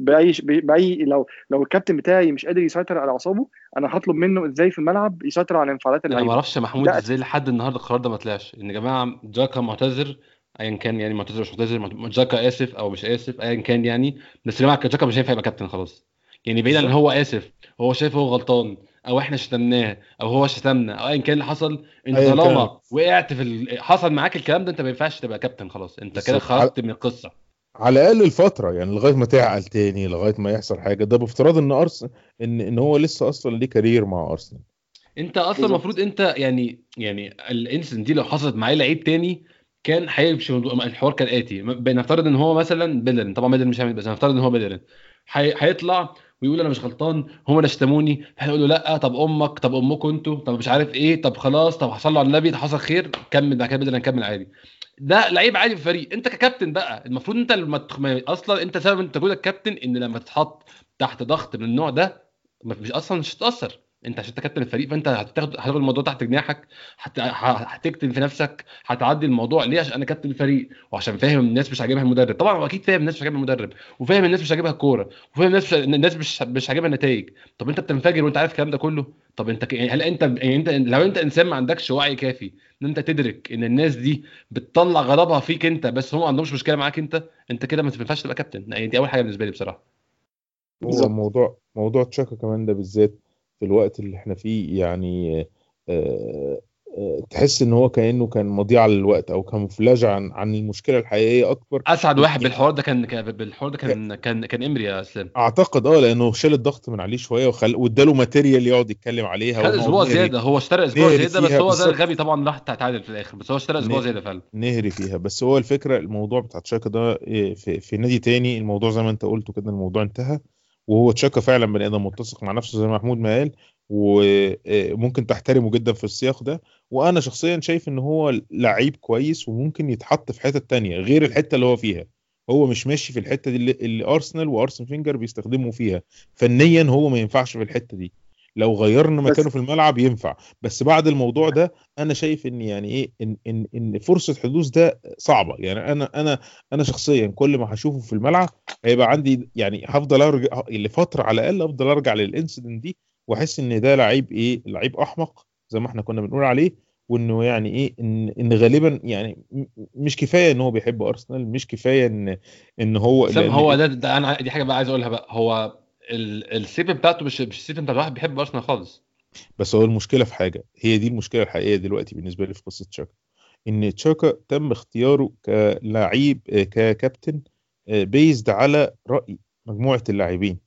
باي. لو الكابتن بتاعي مش قادر يسيطر على اعصابه، انا هطلب منه ازاي في الملعب يسيطر على انفعالات انا ما اللعيبه. اعرفش يا محمود ده ازاي لحد النهارده القرار ده ما طلعش ان يا جماعه جاكا معتذر ايا كان، يعني معتذر مش معتذر، جاكا اسف او مش اسف ايا كان يعني. بس يا جماعه جاكا مش هينفع يبقى كابتن خلاص. يعني بعيد عن ان بالظبط هو اسف، هو شايف هو غلطان او احنا شتمناه او هو شتمنا او ايا كان اللي حصل، انت ايا كان. طالما وقعت حصل معاك الكلام ده، انت ما ينفعش تبقى كابتن خلاص، انت كده بالظبط. خرجت من القصه. على الاقل الفتره، يعني لغايه ما تعقل تاني، لغايه ما يحصل حاجه، ده بافتراض ان ارسنال ان هو لسه اصلا ليه كارير مع ارسنال. انت اصلا المفروض بالظبط انت يعني الانسيدنت دي لو حصلت معاه لعيب تاني كان هيمشي الحوار كالاتي. بنفترض ان هو مثلا بيلرين، طبعا بيلرين مش هيعمل، بس نفترض ان هو بيلرين هيطلع ويقول انا مش غلطان، هم اللي شتموني. هيقول له لا، طب امك، طب امكم انتوا، طب مش عارف ايه، طب خلاص، طب حصل له على النبي، ده حصل خير، كمل بعد كده بيلرين، نكمل عادي. ده لعيب عادي في الفريق. انت ككابتن بقى المفروض انت اصلا انت سبب انت تكون الكابتن، ان لما تتحط تحت ضغط من النوع ده مش اصلا مش هتتاثر. انت عشان انت كابتن الفريق فانت هتاخد الموضوع تحت جناحك، هتكتم في نفسك، هتعدي الموضوع. ليه؟ عشان انا كابتن الفريق، وعشان فاهم الناس مش عاجبها المدرب. طبعا هو اكيد فاهم الناس مش عاجبها المدرب، وفاهم الناس مش عاجبها الكوره، وفاهم الناس مش عاجبها النتائج. طب انت بتنفجر وانت عارف الكلام ده كله؟ طب انت يعني هل انت يعني انت لو انت انسان ما عندكش وعي كافي ان انت تدرك ان الناس دي بتطلع غضبها فيك انت بس، هم ما عندهمش مشكله معاك انت كده ما ينفعش تبقى كابتن. يعني دي اول حاجه بالنسبه لي بصراحه. هو بالظبط. موضوع تشاكا كمان ده بالذات في الوقت اللي احنا فيه يعني آه، تحس ان هو كانه كان مضيعه للوقت او كاموفلاج عن المشكله الحقيقيه اكبر. اسعد واحد يعني بالحوار ده كان امري يا اسلام. اعتقد لانه شال الضغط من عليه شويه واداله ماتيريال يقعد يتكلم عليها خد ونقعد اسبوع زياده، هو اشترى اسبوع نهري زياده، بس فيها هو زي بالظبط. الغبي طبعا راح تعادل في الاخر، بس هو اشترى اسبوع زياده فعلا. نهري فيها. بس هو الفكره الموضوع بتاع تشاكا ده في نادي تاني الموضوع زي ما انت قلت كده الموضوع انتهى. وهو تشاكا فعلا بني ادم متسق مع نفسه زي ما محمود ما قال، وممكن تحترمه جدا في السياق ده. وانا شخصيا شايف ان هو لعيب كويس وممكن يتحط في حته تانية غير الحته اللي هو فيها. هو مش ماشي في الحته دي اللي ارسنال وارسن فينجر بيستخدموا فيها. فنيا هو ما ينفعش في الحته دي. لو غيرنا مكانه بس في الملعب ينفع. بس بعد الموضوع ده انا شايف ان يعني ايه ان فرصه حدوث ده صعبه. يعني انا شخصيا كل ما هشوفه في الملعب هيبقى عندي يعني هفضل ارجع لفتره على الاقل، افضل ارجع للانسيدنت دي واحس ان ده لعيب لعيب احمق زي ما احنا كنا بنقول عليه. وانه يعني ان غالبا يعني مش كفايه ان هو بيحب ارسنال، مش كفايه ان هو اسلام لان هو ده انا دي حاجه بقى عايز اقولها بقى. هو السيف بتاعته مش السيف بتاع واحد بيحب ارسنال خالص. بس هو المشكله في حاجه، هي دي المشكله الحقيقيه دلوقتي بالنسبه لي في قصه تشاكا. ان تشاكا تم اختياره كلاعب ككابتن بيزد على رأي مجموعة اللاعبين.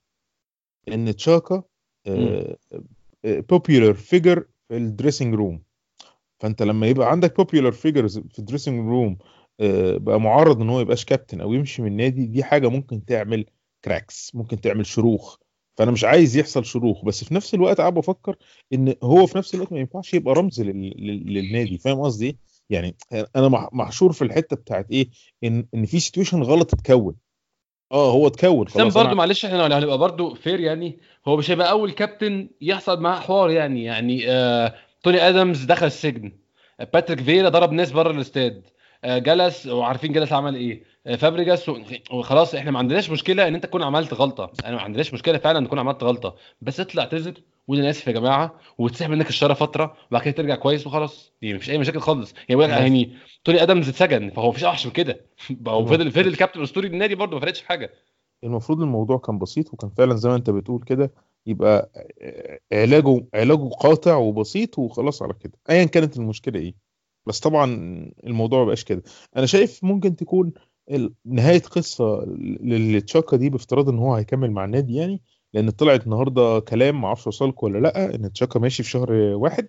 ان تشاكا امم بوبيولار فيجر في الدريسنج روم. فانت لما يبقى عندك بوبيولار فيجرز في الدريسنج روم بقى معرض ان هو يبقاش كابتن او يمشي من النادي، دي حاجة ممكن تعمل كراكس، ممكن تعمل شروخ. فانا مش عايز يحصل شروخ، بس في نفس الوقت قاعد بفكر ان هو في نفس الوقت ما ينفعش يبقى رمز للنادي. فاهم قصدي ايه؟ يعني انا محشور في الحته بتاعت ايه، ان في سيتويشن غلط اتكون. هو اتكون اسلام خلاص انا. برضو معلش احنا لو هنبقى برضو فير يعني، هو مش هيبقى اول كابتن يحصل معاه حوار يعني توني ادمز دخل السجن، باتريك فيرا ضرب ناس بره الاستاد، جلس وعارفين جلس عمل ايه، فابريجاس وخلاص. احنا ما عندناش مشكله ان انت تكون عملت غلطه، انا ما عندناش مشكله فعلا ان تكون عملت غلطه، بس اطلع اعتذر وقول انا اسف يا جماعه وتسحب منك الشاره فتره وبعد كده ترجع كويس وخلاص. يعني مفيش اي مشاكل خالص. يعني بقول لك المف... يعني توني ادمز اتسجن فهو مفيش اوحش من كده. هو المف... فضل كابتن اسطوري النادي برضه ما فرقتش في حاجه. المفروض الموضوع كان بسيط وكان فعلا زي ما انت بتقول كده. يبقى علاجه قاطع وبسيط وخلاص على كده ايا كانت المشكله ايه. بس طبعا الموضوع ما بقاش كده. انا شايف ممكن تكون نهايه قصه للتشاكا دي بافتراض ان هو هيكمل مع النادي يعني. لان طلعت النهارده كلام ما اعرفش وصلك ولا لا ان تشاكا ماشي في شهر واحد.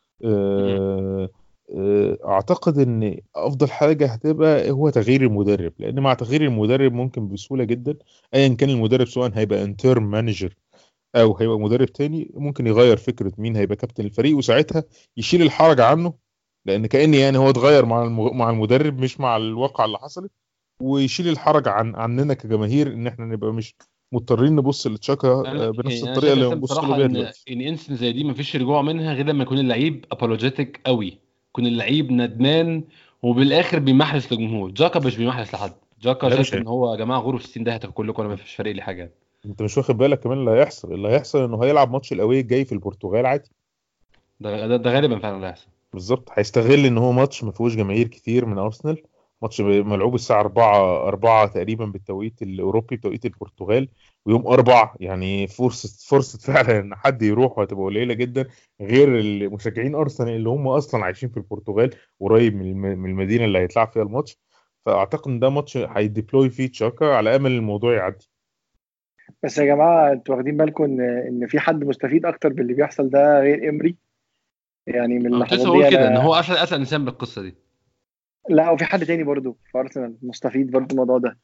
آه، اعتقد ان افضل حاجه هتبقى هو تغيير المدرب. لان مع تغيير المدرب ممكن بسهوله جدا ايا كان المدرب سواء هيبقى انترم مانجر او هيبقى مدرب تاني ممكن يغير فكره مين هيبقى كابتن الفريق وساعتها يشيل الحرج عنه. لان كأن يعني هو اتغير مع المدرب مش مع الواقع اللي حصلت. ويشيل الحرج عننا كجماهير ان احنا نبقى مش مضطرين نبص لتشاكا بنفس انا الطريقه شايف يا اللي اسلام بنبص له بصراحه بيها ان دلوقتي. انسن زي دي مفيش رجوع منها غير لما يكون اللعيب ابولوجيتك قوي، يكون اللعيب ندمان وبالاخر بيمحرس للجمهور. جاكا مش بيمحرس لحد، جاكا لا مش شايف ان هو يا جماعه غوروا في 60 ده هتاكل كلكم، انا مفيش فارق لي حاجه. انت مش واخد بالك كمان اللي هيحصل انه هيلعب ماتش الاوي الجاي في البرتغال عادي. ده غالبا فعلا اللي هيحصل. بالظبط هيستغل ان هو ماتش ما فيهوش جماهير كتير من ارسنال. ماتش ملعوب الساعه 4 تقريبا بالتوقيت الاوروبي بتوقيت البرتغال. ويوم 4 يعني فرصه فعلا ان حد يروح وهتبقى قليله جدا. غير المشجعين ارسنال اللي هم اصلا عايشين في البرتغال قريب من المدينه اللي هيتلعب فيها الماتش. فاعتقد ان ده ماتش هيديبلوي فيه تشاكا على امل الموضوع يعدي. بس يا جماعه انتوا واخدين بالكم ان في حد مستفيد اكتر باللي بيحصل ده غير امري؟ يعني من انا كنت لسه اللحظات بقول دي كده ان انا. هو اسال انسان بالقصه دي. لا، وفي حد تاني برضو في ارسنال مستفيد برضو من الموضوع ده.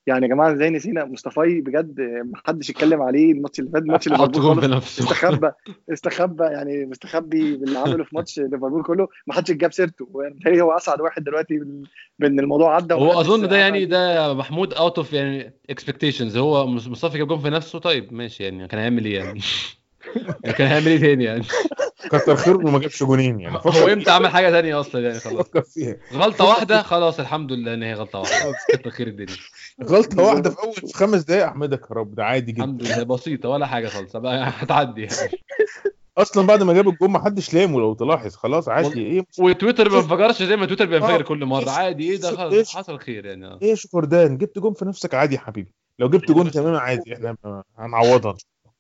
يعني يا جماعه ازاي نسينا مصطفى بجد؟ محدش اتكلم عليه الماتش اللي فات، ماتش حط ليفربول جون خالص. بنفسه. استخبى يعني، مستخبي باللي عمله في ماتش ليفربول كله، ما حدش جاب سيرته. هو اسعد واحد دلوقتي بان الموضوع عدى هو ومحدش اظن ده عمل يعني فيه. ده محمود اوت اوف يعني اكسبكتيشنز. هو مصطفى جاب جون في نفسه، طيب ماشي يعني كان هيعمل ايه يعني؟ يعني كان هيعمل ايه تاني يعني؟ كتر خيره انه ما جابش جونين يعني. هو امتى عمل حاجه تانية اصلا يعني؟ خلاص فكر فيها. غلطه واحده خلاص، الحمد لله ان هي غلطه واحده، كتر خير الدنيا. غلطه واحده في اول 5 دقائق، احمدك يا رب، ده عادي جدا. الحمد لله بسيطه ولا حاجه خالص، بقى هتعدي يعني. اصلا بعد ما جاب الجون ما حدش لامه لو تلاحظ، خلاص عادي. ايه وتويتر ما انفجرش زي ما تويتر بينفجر اه كل مره، عادي. ايه ده؟ خلاص ايش حصل خير يعني. ايش كردان، جبت جون في نفسك عادي يا حبيبي، لو جبت جون تمام عادي، احنا هنعوضها.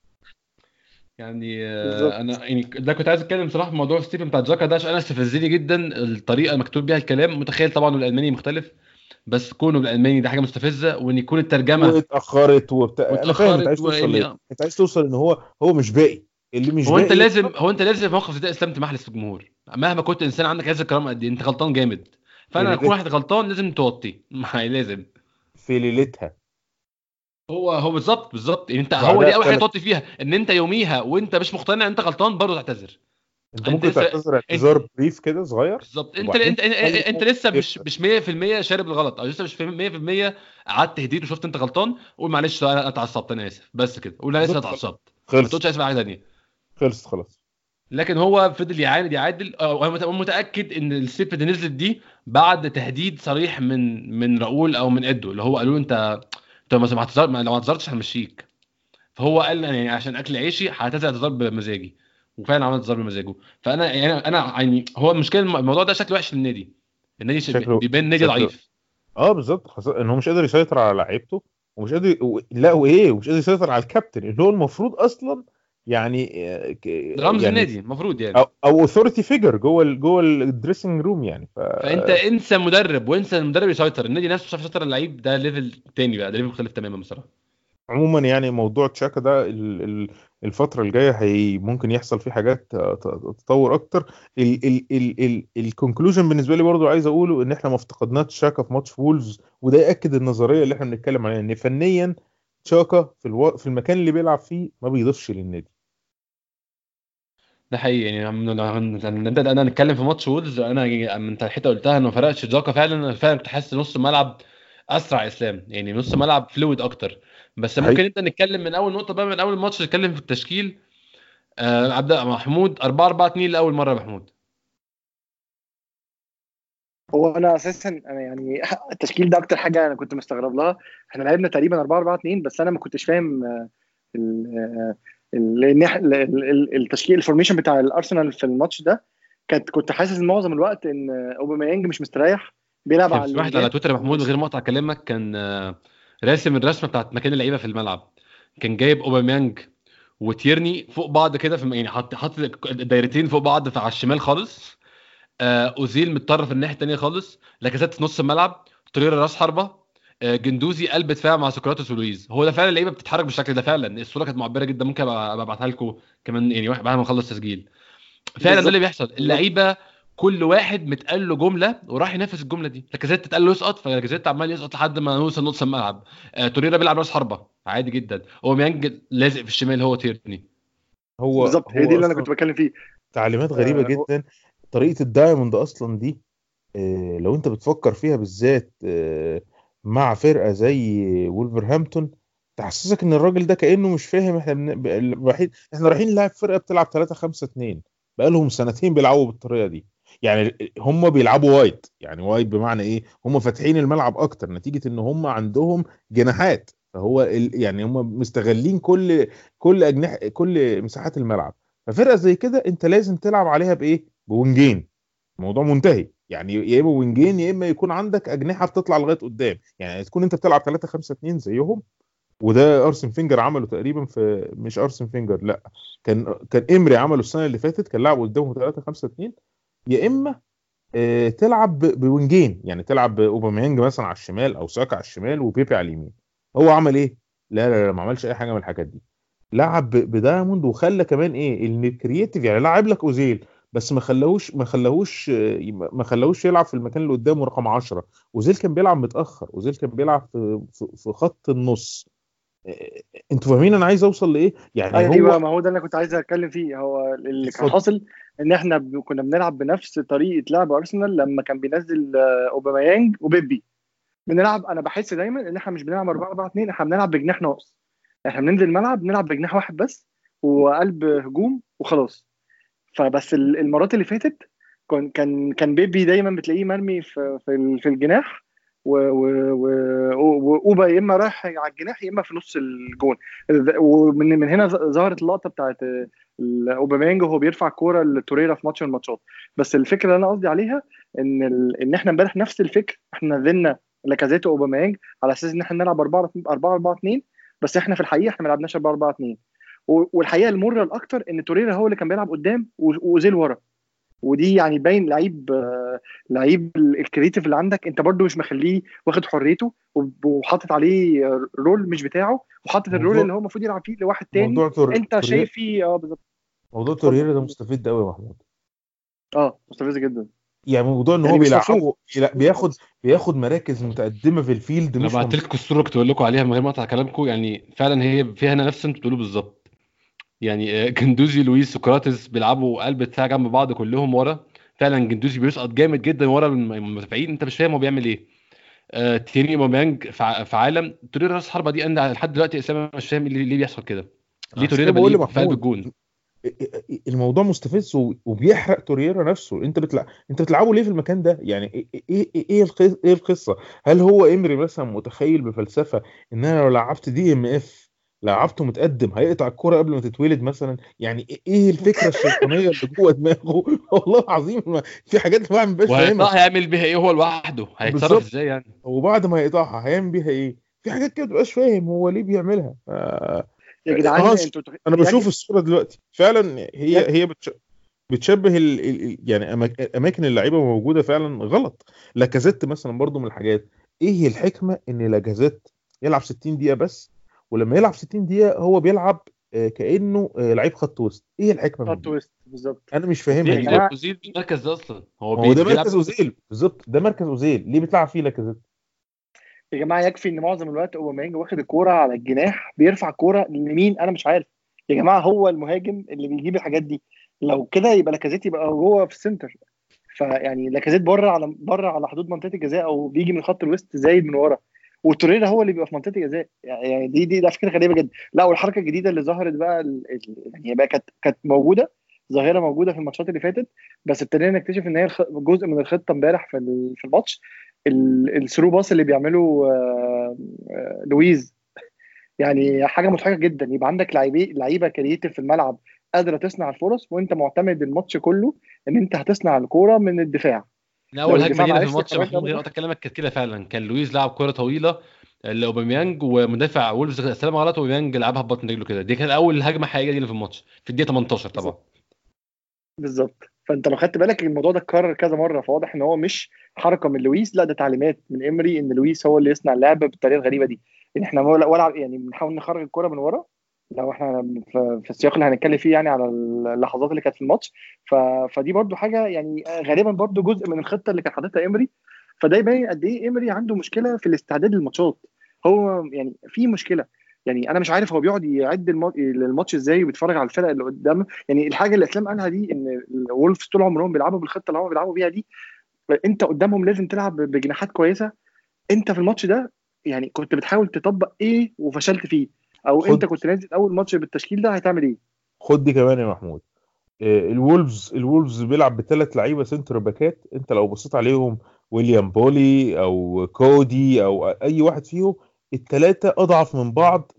يعني بالظبط. انا يعني ده كنت عايز اتكلم صراحه في موضوع ستيفن بتاع جاكا ده، عشان انا استفزني جدا الطريقه المكتوب بيها الكلام. متخيل طبعا الالماني مختلف، بس كونه بالالماني ده حاجه مستفزه، وان يكون الترجمه واتاخرت انا فاهم انت واتاخرت عايز توصل واني ليه. انت عايز توصل ان هو مش باقي، اللي مش هو انت باقي لازم هو انت لازم في موقف زي ده اسلام تمحلس في الجمهور، مهما كنت انسان عندك عز الكرامه قد ايه، انت غلطان جامد. في فانا اكون ليلتها واحد غلطان لازم توطي لازم. في ليلتها هو بالظبط يعني. انت هو بعدها دي اول حاجه بثلاث، توطي فيها، ان انت يوميها وانت مش مقتنع انت غلطان برضه تعتذر. انت انت ممكن لسه تعتذر انت اعتذار بريف كده صغير، بالظبط. وبعدين تخلي انت الموقف لسه يكبر. مش 100% شارب الغلط، او لسه مش 100% قعدت تهديد وشفت انت غلطان، قول معلش انا اتعصبت انا اسف، بس كده قول انا اسف بالظبط خلاص، اتعصبت. ما خلصت تقولش اسف على حاجه ثانيه. خلصت خلاص. لكن هو فضل يعاند يعادل. وانا متاكد ان الستيب اللي نزلت دي بعد تهديد صريح من راؤول او من ادو، اللي هو قالوا له انت ما هتظهر، لو ما اعتذرتش هنمشيك. فهو قال يعني عشان اكل عيشي هعتذر اعتذار بمزاجي، وفعلا عمل اعتذار بمزاجه. فانا انا يعني هو المشكله الموضوع ده شكله وحش للنادي. النادي شكله بيبان نادي شكله ضعيف. اه بالظبط، خاصة ان هو مش قادر يسيطر على لعيبته، ومش قادر لا وايه، ومش قادر يسيطر على الكابتن اللي هو المفروض اصلا يعني رمز يعني النادي المفروض يعني. او اوثورتي فيجر جوه الدريسنج روم يعني فانت انسى مدرب وانسى المدرب يسيطر، النادي نفسه مش عارف يسيطر اللعيب، ده ليفل تاني بقى، ده ليفل مختلف تماما بصراحه. عموما يعني موضوع تشاكا ده الفترة الجاية هي ممكن يحصل فيه حاجات تطور اكتر. الكونكلوجن بالنسبة لي برضو عايز اقوله ان احنا ما افتقدناش تشاكا في ماتش وولفز، وده يأكد النظرية اللي احنا بنتكلم عليها، ان فنيا تشاكا في المكان اللي بيلعب فيه ما بيضيفش للنادي. ده حقيقي يعني. نبدا انا نتكلم في ماتش وولز. انا انت الحته قلتها انه ما فرقش جاكا فعلا. انا فعلا كنت حاسس نص الملعب اسرع اسلام، يعني نص ملعب فلويد اكتر. بس حقيقي. ممكن نبدا نتكلم من اول نقطه بقى، من اول الماتش نتكلم في التشكيل. ابدا محمود 4-4-2 لاول مره يا محمود. هو انا اساسا انا يعني التشكيل ده اكتر حاجه انا كنت مستغرب لها. احنا لعبنا تقريبا 4-4-2، بس انا ما كنتش فاهم التشكيل الفورميشن بتاع الارسنال في الماتش ده. كنت حاسس معظم الوقت ان اوباميانج مش مستريح، بيلعب كان على في واحد على الوينجات تويتر يا محمود من ومش غير مقطع كلامك، كان راسم الرسمه بتاعت مكان اللعيبه في الملعب. كان جايب اوباميانج وتيرني فوق بعض كده في يعني حاطط الدايرتين فوق بعض على الشمال خالص. اوزيل متطرف الناحيه الثانيه خالص، لاكازيت في نص الملعب، توريرا راس حربه، جندوزي قلب دفاع مع سقراطس ولويز. هو ده فعلا اللعيبه بتتحرك بالشكل ده فعلا. الصوره كانت معبره جدا، ممكن أبقى ابعتها لكم كمان يعني بعد ما نخلص تسجيل. فعلا ده اللي بالظبط. بيحصل. بالظبط. اللعيبه كل واحد متقال له جمله وراح ينفذ الجمله دي. لاكازيت اتقال له يسقط، فلاكازيت عمال يسقط لحد ما نوصل نص الملعب. توريرا بيلعب راس حربه عادي جدا، هو ميانج لازق في الشمال هو تيرني. هو بالظبط، هي دي هو اللي انا اصلا كنت بتكلم فيه. تعليمات غريبة هو جدا. طريقة الدايموند اصلا دي، لو انت بتفكر فيها بالذات مع فرقه زي وولفرهامبتون، تحسسك ان الراجل ده كانه مش فاهم احنا الوحيد احنا رايحين نلعب فرقه بتلعب 3-5-2 بقالهم سنتين بيلعبوا بالطريقه دي. يعني هم بيلعبوا وايد، يعني وايد بمعنى ايه، هم فاتحين الملعب اكتر نتيجه ان هم عندهم جناحات، فهو يعني هم مستغلين كل اجنحه كل مساحات الملعب. ففرقه زي كده انت لازم تلعب عليها بايه، بوينجين. الموضوع منتهي يعني، يا اما وينجين يا اما يكون عندك اجنحه بتطلع لغايه قدام، يعني تكون انت بتلعب 3-5-2 زيهم. وده ارسن فينجر عمله تقريبا في، مش ارسن فينجر لا، كان امري عمله السنه اللي فاتت، كان لعب قدامه 3-5-2. يا اما تلعب بوينجين، يعني تلعب باوباميانج مثلا على الشمال او ساكا على الشمال وبيبي على اليمين. هو عمل ايه؟ لا ما عملش اي حاجه من الحاجات دي. لعب بدايموند، وخلى كمان ايه الكرييتيف، يعني لعب لك اوزيل بس ما خلاهوش يلعب في المكان اللي قدامه رقم 10. اوزيل كان بيلعب متاخر، اوزيل كان بيلعب في خط النص. انتوا فاهمين انا عايز اوصل لايه يعني؟ ايوه، هو ما هو ده اللي كنت عايز اتكلم فيه. هو اللي كان اتفضل. حاصل ان احنا كنا بنلعب بنفس طريقه لعب ارسنال لما كان بينزل اوباميانج وبيبي. بنلعب، انا بحس دايما ان احنا مش بنلعب 4-4-2، احنا بنلعب بجناح ناقص. احنا بننزل الملعب نلعب بجناح واحد بس وقلب هجوم وخلاص. فبس المرات اللي فاتت كان بيبي دايما بتلاقيه مرمي في الجناح، واوبا يا اما رايح على الجناح يا اما في نص الجون. ومن هنا ظهرت اللقطه بتاعت اوباميانج وهو بيرفع الكوره لتوريرا في ماتش من الماتشات. بس الفكره اللي انا قصدي عليها ان احنا امبارح نفس الفكر، احنا نزلنا لاكازيت واوباميانج على اساس ان احنا نلعب 4-4-2، بس احنا في الحقيقه احنا ما لعبناش 4-4-2. والحقيقه المره الاكتر ان توريرا هو اللي كان بيلعب قدام واوزيل ورا. ودي يعني باين لعيب الكريتيف اللي عندك انت برضو مش مخليه واخد حريته، وحاطط عليه رول مش بتاعه، وحاطط الرول اللي موضوع هو المفروض يلعب فيه لواحد تاني موضوع انت شايف فيه. بالظبط. اتفضل. توريرا ده مستفيد قوي يا محمود. مستفز جدا. يعني موضوع ان هو يعني مش مفهوم. بيلعبه، بياخد مراكز متقدمه في الفيلد انا مش بعت لكم الصوره كنت بقول لكم عليها من غير ما اقطع كلامكم، يعني فعلا هي فيها هنا نفس اللي انتوا بتقولوه بالظبط. يعني جندوزي لويس سقراطس بيلعبوا قلب دفاع جنب بعض كلهم ورا. فعلا جندوزي بيسقط جامد جدا ورا المدافعين، انت مش فاهم هو بيعمل ايه. تيري موبانج في عالم توريرا راس حربه دي، انا لحد دلوقتي اسامه مش فاهم ليه بيحصل كده. ليه عشان توريرا كده بقول بلاقيه في قلب لمحمود الجون؟ الموضوع مستفز وبيحرق توريرا نفسه. انت بتلعبه ليه في المكان ده؟ يعني ايه القصه؟ هل هو امري مثلا متخيل بفلسفه ان انا لو لعبت دي ام اف لعبته متقدم هيقطع الكرة قبل ما تتولد مثلا؟ يعني ايه الفكره الشيطانيه اللي جوه دماغه؟ والله العظيم في حاجات ما بقاش فاهمها. وهيقطعها يعمل بيها ايه هو لوحده؟ هيتصرف بالظبط. ازاي يعني؟ وبعد ما يقطعها هيعمل بيها ايه؟ في حاجات كده مبقاش فاهم هو ليه بيعملها. يا جدعان انتوا انا بشوف الصوره دلوقتي فعلا هي بتشبه يعني اماكن اللعيبه موجوده فعلا غلط. لاكازيت مثلا برضو من الحاجات. ايه الحكمه ان لاكازيت يلعب 60 دقيقه بس، ولما يلعب 60 دقيقه هو بيلعب كانه لعيب خط وسط؟ ايه الحكمه من خط دي؟ وسط بالظبط. انا مش فاهمها يا دي. اوزيل جماعه اوزيل المركز ده اصلا هو ما هو ده بيلعب. مركز اوزيل بالظبط، ده مركز اوزيل، ليه بتلعب فيه لاكازيت؟ يا جماعه يكفي ان معظم الوقت اوباميانج واخد الكوره على الجناح بيرفع الكوره لمين انا مش عارف. يا جماعه هو المهاجم اللي بيجيب الحاجات دي. لو كده يبقى لاكازيت يبقى جوه في السنتر. فيعني لاكازيت بره على حدود منطقه الجزاء او بيجي من خط الوسط زايد من ورا، وتوريرا هو اللي بيبقى في منطقه الجزاء. يعني دي فكره غريبه جدا. لا، والحركه الجديده اللي ظهرت بقى يعني بقى كانت موجوده، ظاهره موجوده في الماتشات اللي فاتت، بس ابتدينا نكتشف ان هي جزء من الخطه امبارح في الماتش. الثرو باص اللي بيعمله لويز. يعني حاجه مضحكه جدا يبقى عندك لعيبه كرييتيف في الملعب قادره تصنع الفرص، وانت معتمد الماتش كله ان انت هتصنع الكوره من الدفاع. من لو اول هجمه الدفاع ما لينا في عرفش الماتش يا يخرجها محمود غير بره. قطع كلامك كانت كده فعلا. كان لويس لعب كره طويله لاوباميانج، ومدافع وولفز استلم غلط واوباميانج لعبها ببطن رجله كده. دي كانت اول هجمه حقيقيه لينا في الماتش في الدقيقه 18 طبعا. بالظبط. بالظبط. فانت لو خدت بالك الموضوع ده اتكرر كذا مره، فواضح ان هو مش حركه من لويس، لا ده تعليمات من امري ان لويس هو اللي يصنع اللعب بالطريقه الغريبه دي. ان احنا ولا يعني بنحاول نخرج الكره من ورا. لو احنا في السياق اللي هنتكلم فيه يعني على اللحظات اللي كانت في الماتش. فدي برضو حاجه يعني غالبا برضو جزء من الخطه اللي كان حاططها امري. فده يبين قد ايه امري عنده مشكله في الاستعداد للماتشات. هو يعني في مشكله. يعني انا مش عارف هو بيقعد يعد الماتش ازاي وبيتفرج على الفرق اللي قدامه. يعني الحاجه اللي اسلام قالها دي ان الولفز طول عمرهم بيلعبوا بالخطه اللي هم بيلعبوا بيها دي. انت قدامهم لازم تلعب بجناحات كويسه. انت في الماتش ده يعني كنت بتحاول تطبق ايه وفشلت فيه؟ او خد انت كنت نازل اول ماتش بالتشكيل ده هتعمل ايه؟ خد دي كمان يا محمود. الولفز بيلعب بثلاث لعيبه سنتر باكات. انت لو بصيت عليهم ويليام بولي او كودي او اي واحد فيهم، الثلاثه اضعف من بعض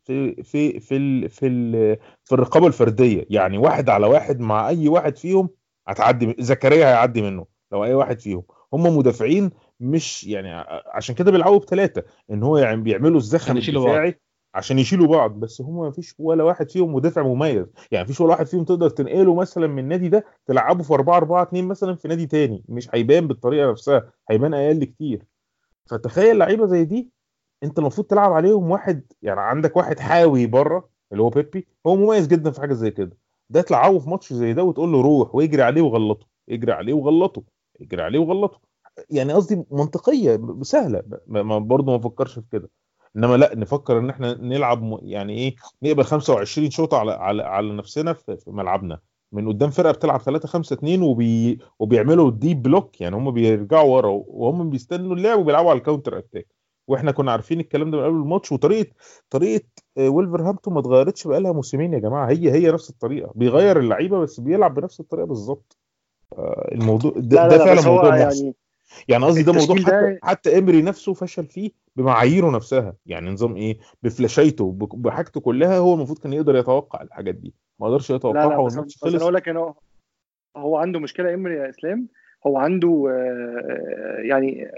في الرقابه الفرديه. يعني واحد على واحد مع اي واحد فيهم هتعدي، زكريا هيعدي منه لو اي واحد فيهم. هم مدافعين مش يعني عشان كده بيلعبوا بثلاثه، ان هو يعني بيعملوا عشان الزخم يشيلوا بعض. الدفاعي عشان يشيلوا بعض. بس هم ما فيش ولا واحد فيهم مدافع مميز. يعني مفيش ولا واحد فيهم تقدر تنقله مثلا من النادي ده تلعبه في 4-4-2 مثلا في نادي تاني، مش هيبان بالطريقه نفسها، هيبان اقل كتير. فتخيل لعيبه زي دي انت المفروض تلعب عليهم واحد، يعني عندك واحد حاوي بره اللي هو بيبي، هو مميز جدا في حاجه زي كده. ده تلعبه في ماتش زي ده وتقول له روح ويجري عليه وغلطه، يجري عليه وغلطه، يجري عليه وغلطه. يعني قصدي منطقيه سهله، برضه ما نفكرش في كده. انما لا، نفكر ان احنا نلعب يعني ايه، نقبل 25 شوطه على نفسنا في ملعبنا من قدام فرقه بتلعب 3-5-2 وبيعملوا الديب بلوك، يعني هم بيرجعوا ورا وهم بيستنوا اللعب وبيلعبوا على الكاونتر اتاك. واحنا كنا عارفين الكلام ده من قبل الماتش. طريقه ويلفرهامبتون ما اتغيرتش بقالها موسمين يا جماعه، هي نفس الطريقه، بيغير اللعيبه بس بيلعب بنفس الطريقه بالظبط. الموضوع لا لا ده لا، فعلا بس هو موضوع محزن. يعني قصدي ده موضوع التشكيل حتى ده، حتى امري نفسه فشل فيه بمعاييره نفسها. يعني نظام ايه، بفلاشيته بحاجته كلها، هو المفروض كان يقدر يتوقع الحاجات دي، ما قدرش لا يتوقعها لا، والماتش بس انا خلص. اقول لك انه هو عنده مشكله امري يا اسلام. هو عنده يعني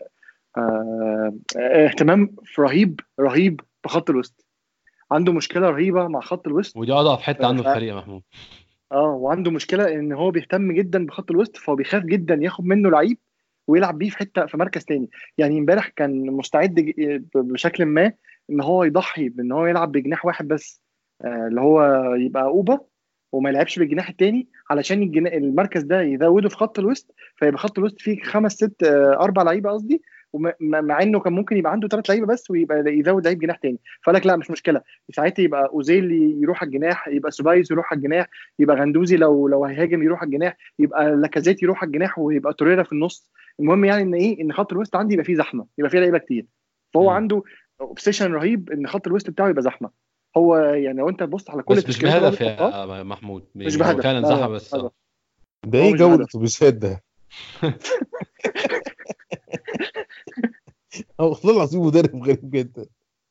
اهتمام رهيب رهيب بخط الوسط. عنده مشكله رهيبه مع خط الوسط. ودي اضعف حته عنده في ف- الفريق يا محمود. وعنده مشكله ان هو بيهتم جدا بخط الوسط، فهو بيخاف جدا ياخد منه لعيب ويلعب بيه في حته في مركز تاني. يعني امبارح كان مستعد بشكل ما ان هو يضحي بان هو يلعب بجناح واحد بس، اللي هو يبقى اوبا، وما يلعبش بالجناح التاني علشان المركز ده يزوده في خط الوسط، فيبقى خط الوسط فيه 5 6 4 لعيبه قصدي. ومع انه كان ممكن يبقى عنده 3 لعيبه بس ويبقى يزود لعيب جناح تاني. فقال لك لا مش مشكله، ساعتها يبقى اوزيل يروح على الجناح، يبقى سوبايز يروح على الجناح، يبقى غندوزي لو هيهاجم يروح على الجناح، يبقى لاكازيت يروح على الجناح، ويبقى توريرا في النص. المهم يعني ان ايه، ان خط الوسط عندي يبقى فيه زحمه، يبقى فيه لعيبه كتير. فهو مم. عنده اوبسيشن رهيب ان خط الوسط بتاعه يبقى زحمه. هو يعني لو انت تبص على كل بس مش التشكيلات اللي هو بهدف بيحطها، يا محمود، مش يعني هو بهدف. فعلا لا زحمه لا بس هدف. ده هو ايه مش جو بهدف. الاتوبيسات ده؟ هو والله العظيم مدرب غريب جدا.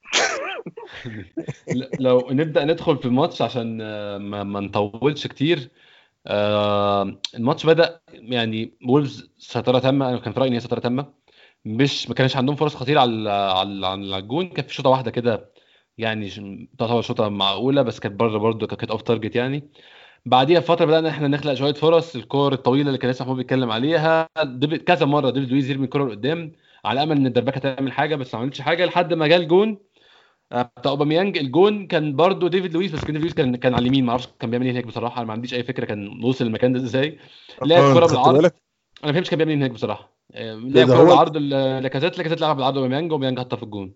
لو نبدا ندخل في الماتش عشان ما نطولش كتير. الماتش بدأ يعني وولفز سيطرة تامة. انا كان في رأيي ان هي سيطرة تامة، مش ما كانش عندهم فرص خطيرة على الجون. كان في شوطة واحدة كده يعني تعتبر شوطة معقولة، بس كانت بره برضه، كانت اوف تارجت يعني. بعديها بفترة بدأنا احنا نخلق شوية فرص. الكور الطويلة اللي كان لسه محمود بيتكلم عليها، كذا مرة ديفيد لويز يرمي الكرة لقدام على امل ان الدربكة تعمل حاجة، بس ما عملتش حاجة لحد ما جه الجون بتاع اوباميانج. الجون كان برضو ديفيد لويس، بس كان ديفيد لويس كان على اليمين، ما اعرفش كان بيعمل ايه هناك بصراحه. انا ما عنديش اي فكره كان وصل المكان ده ازاي. لعب كره انت خدت بالعرض، بالك؟ انا ما فهمتش كان بيعمل ايه هناك بصراحه. ده لعب ده كره هو بالعرض لاكازيت لعب بالعرض اوباميانج، واوباميانج حطها في الجون.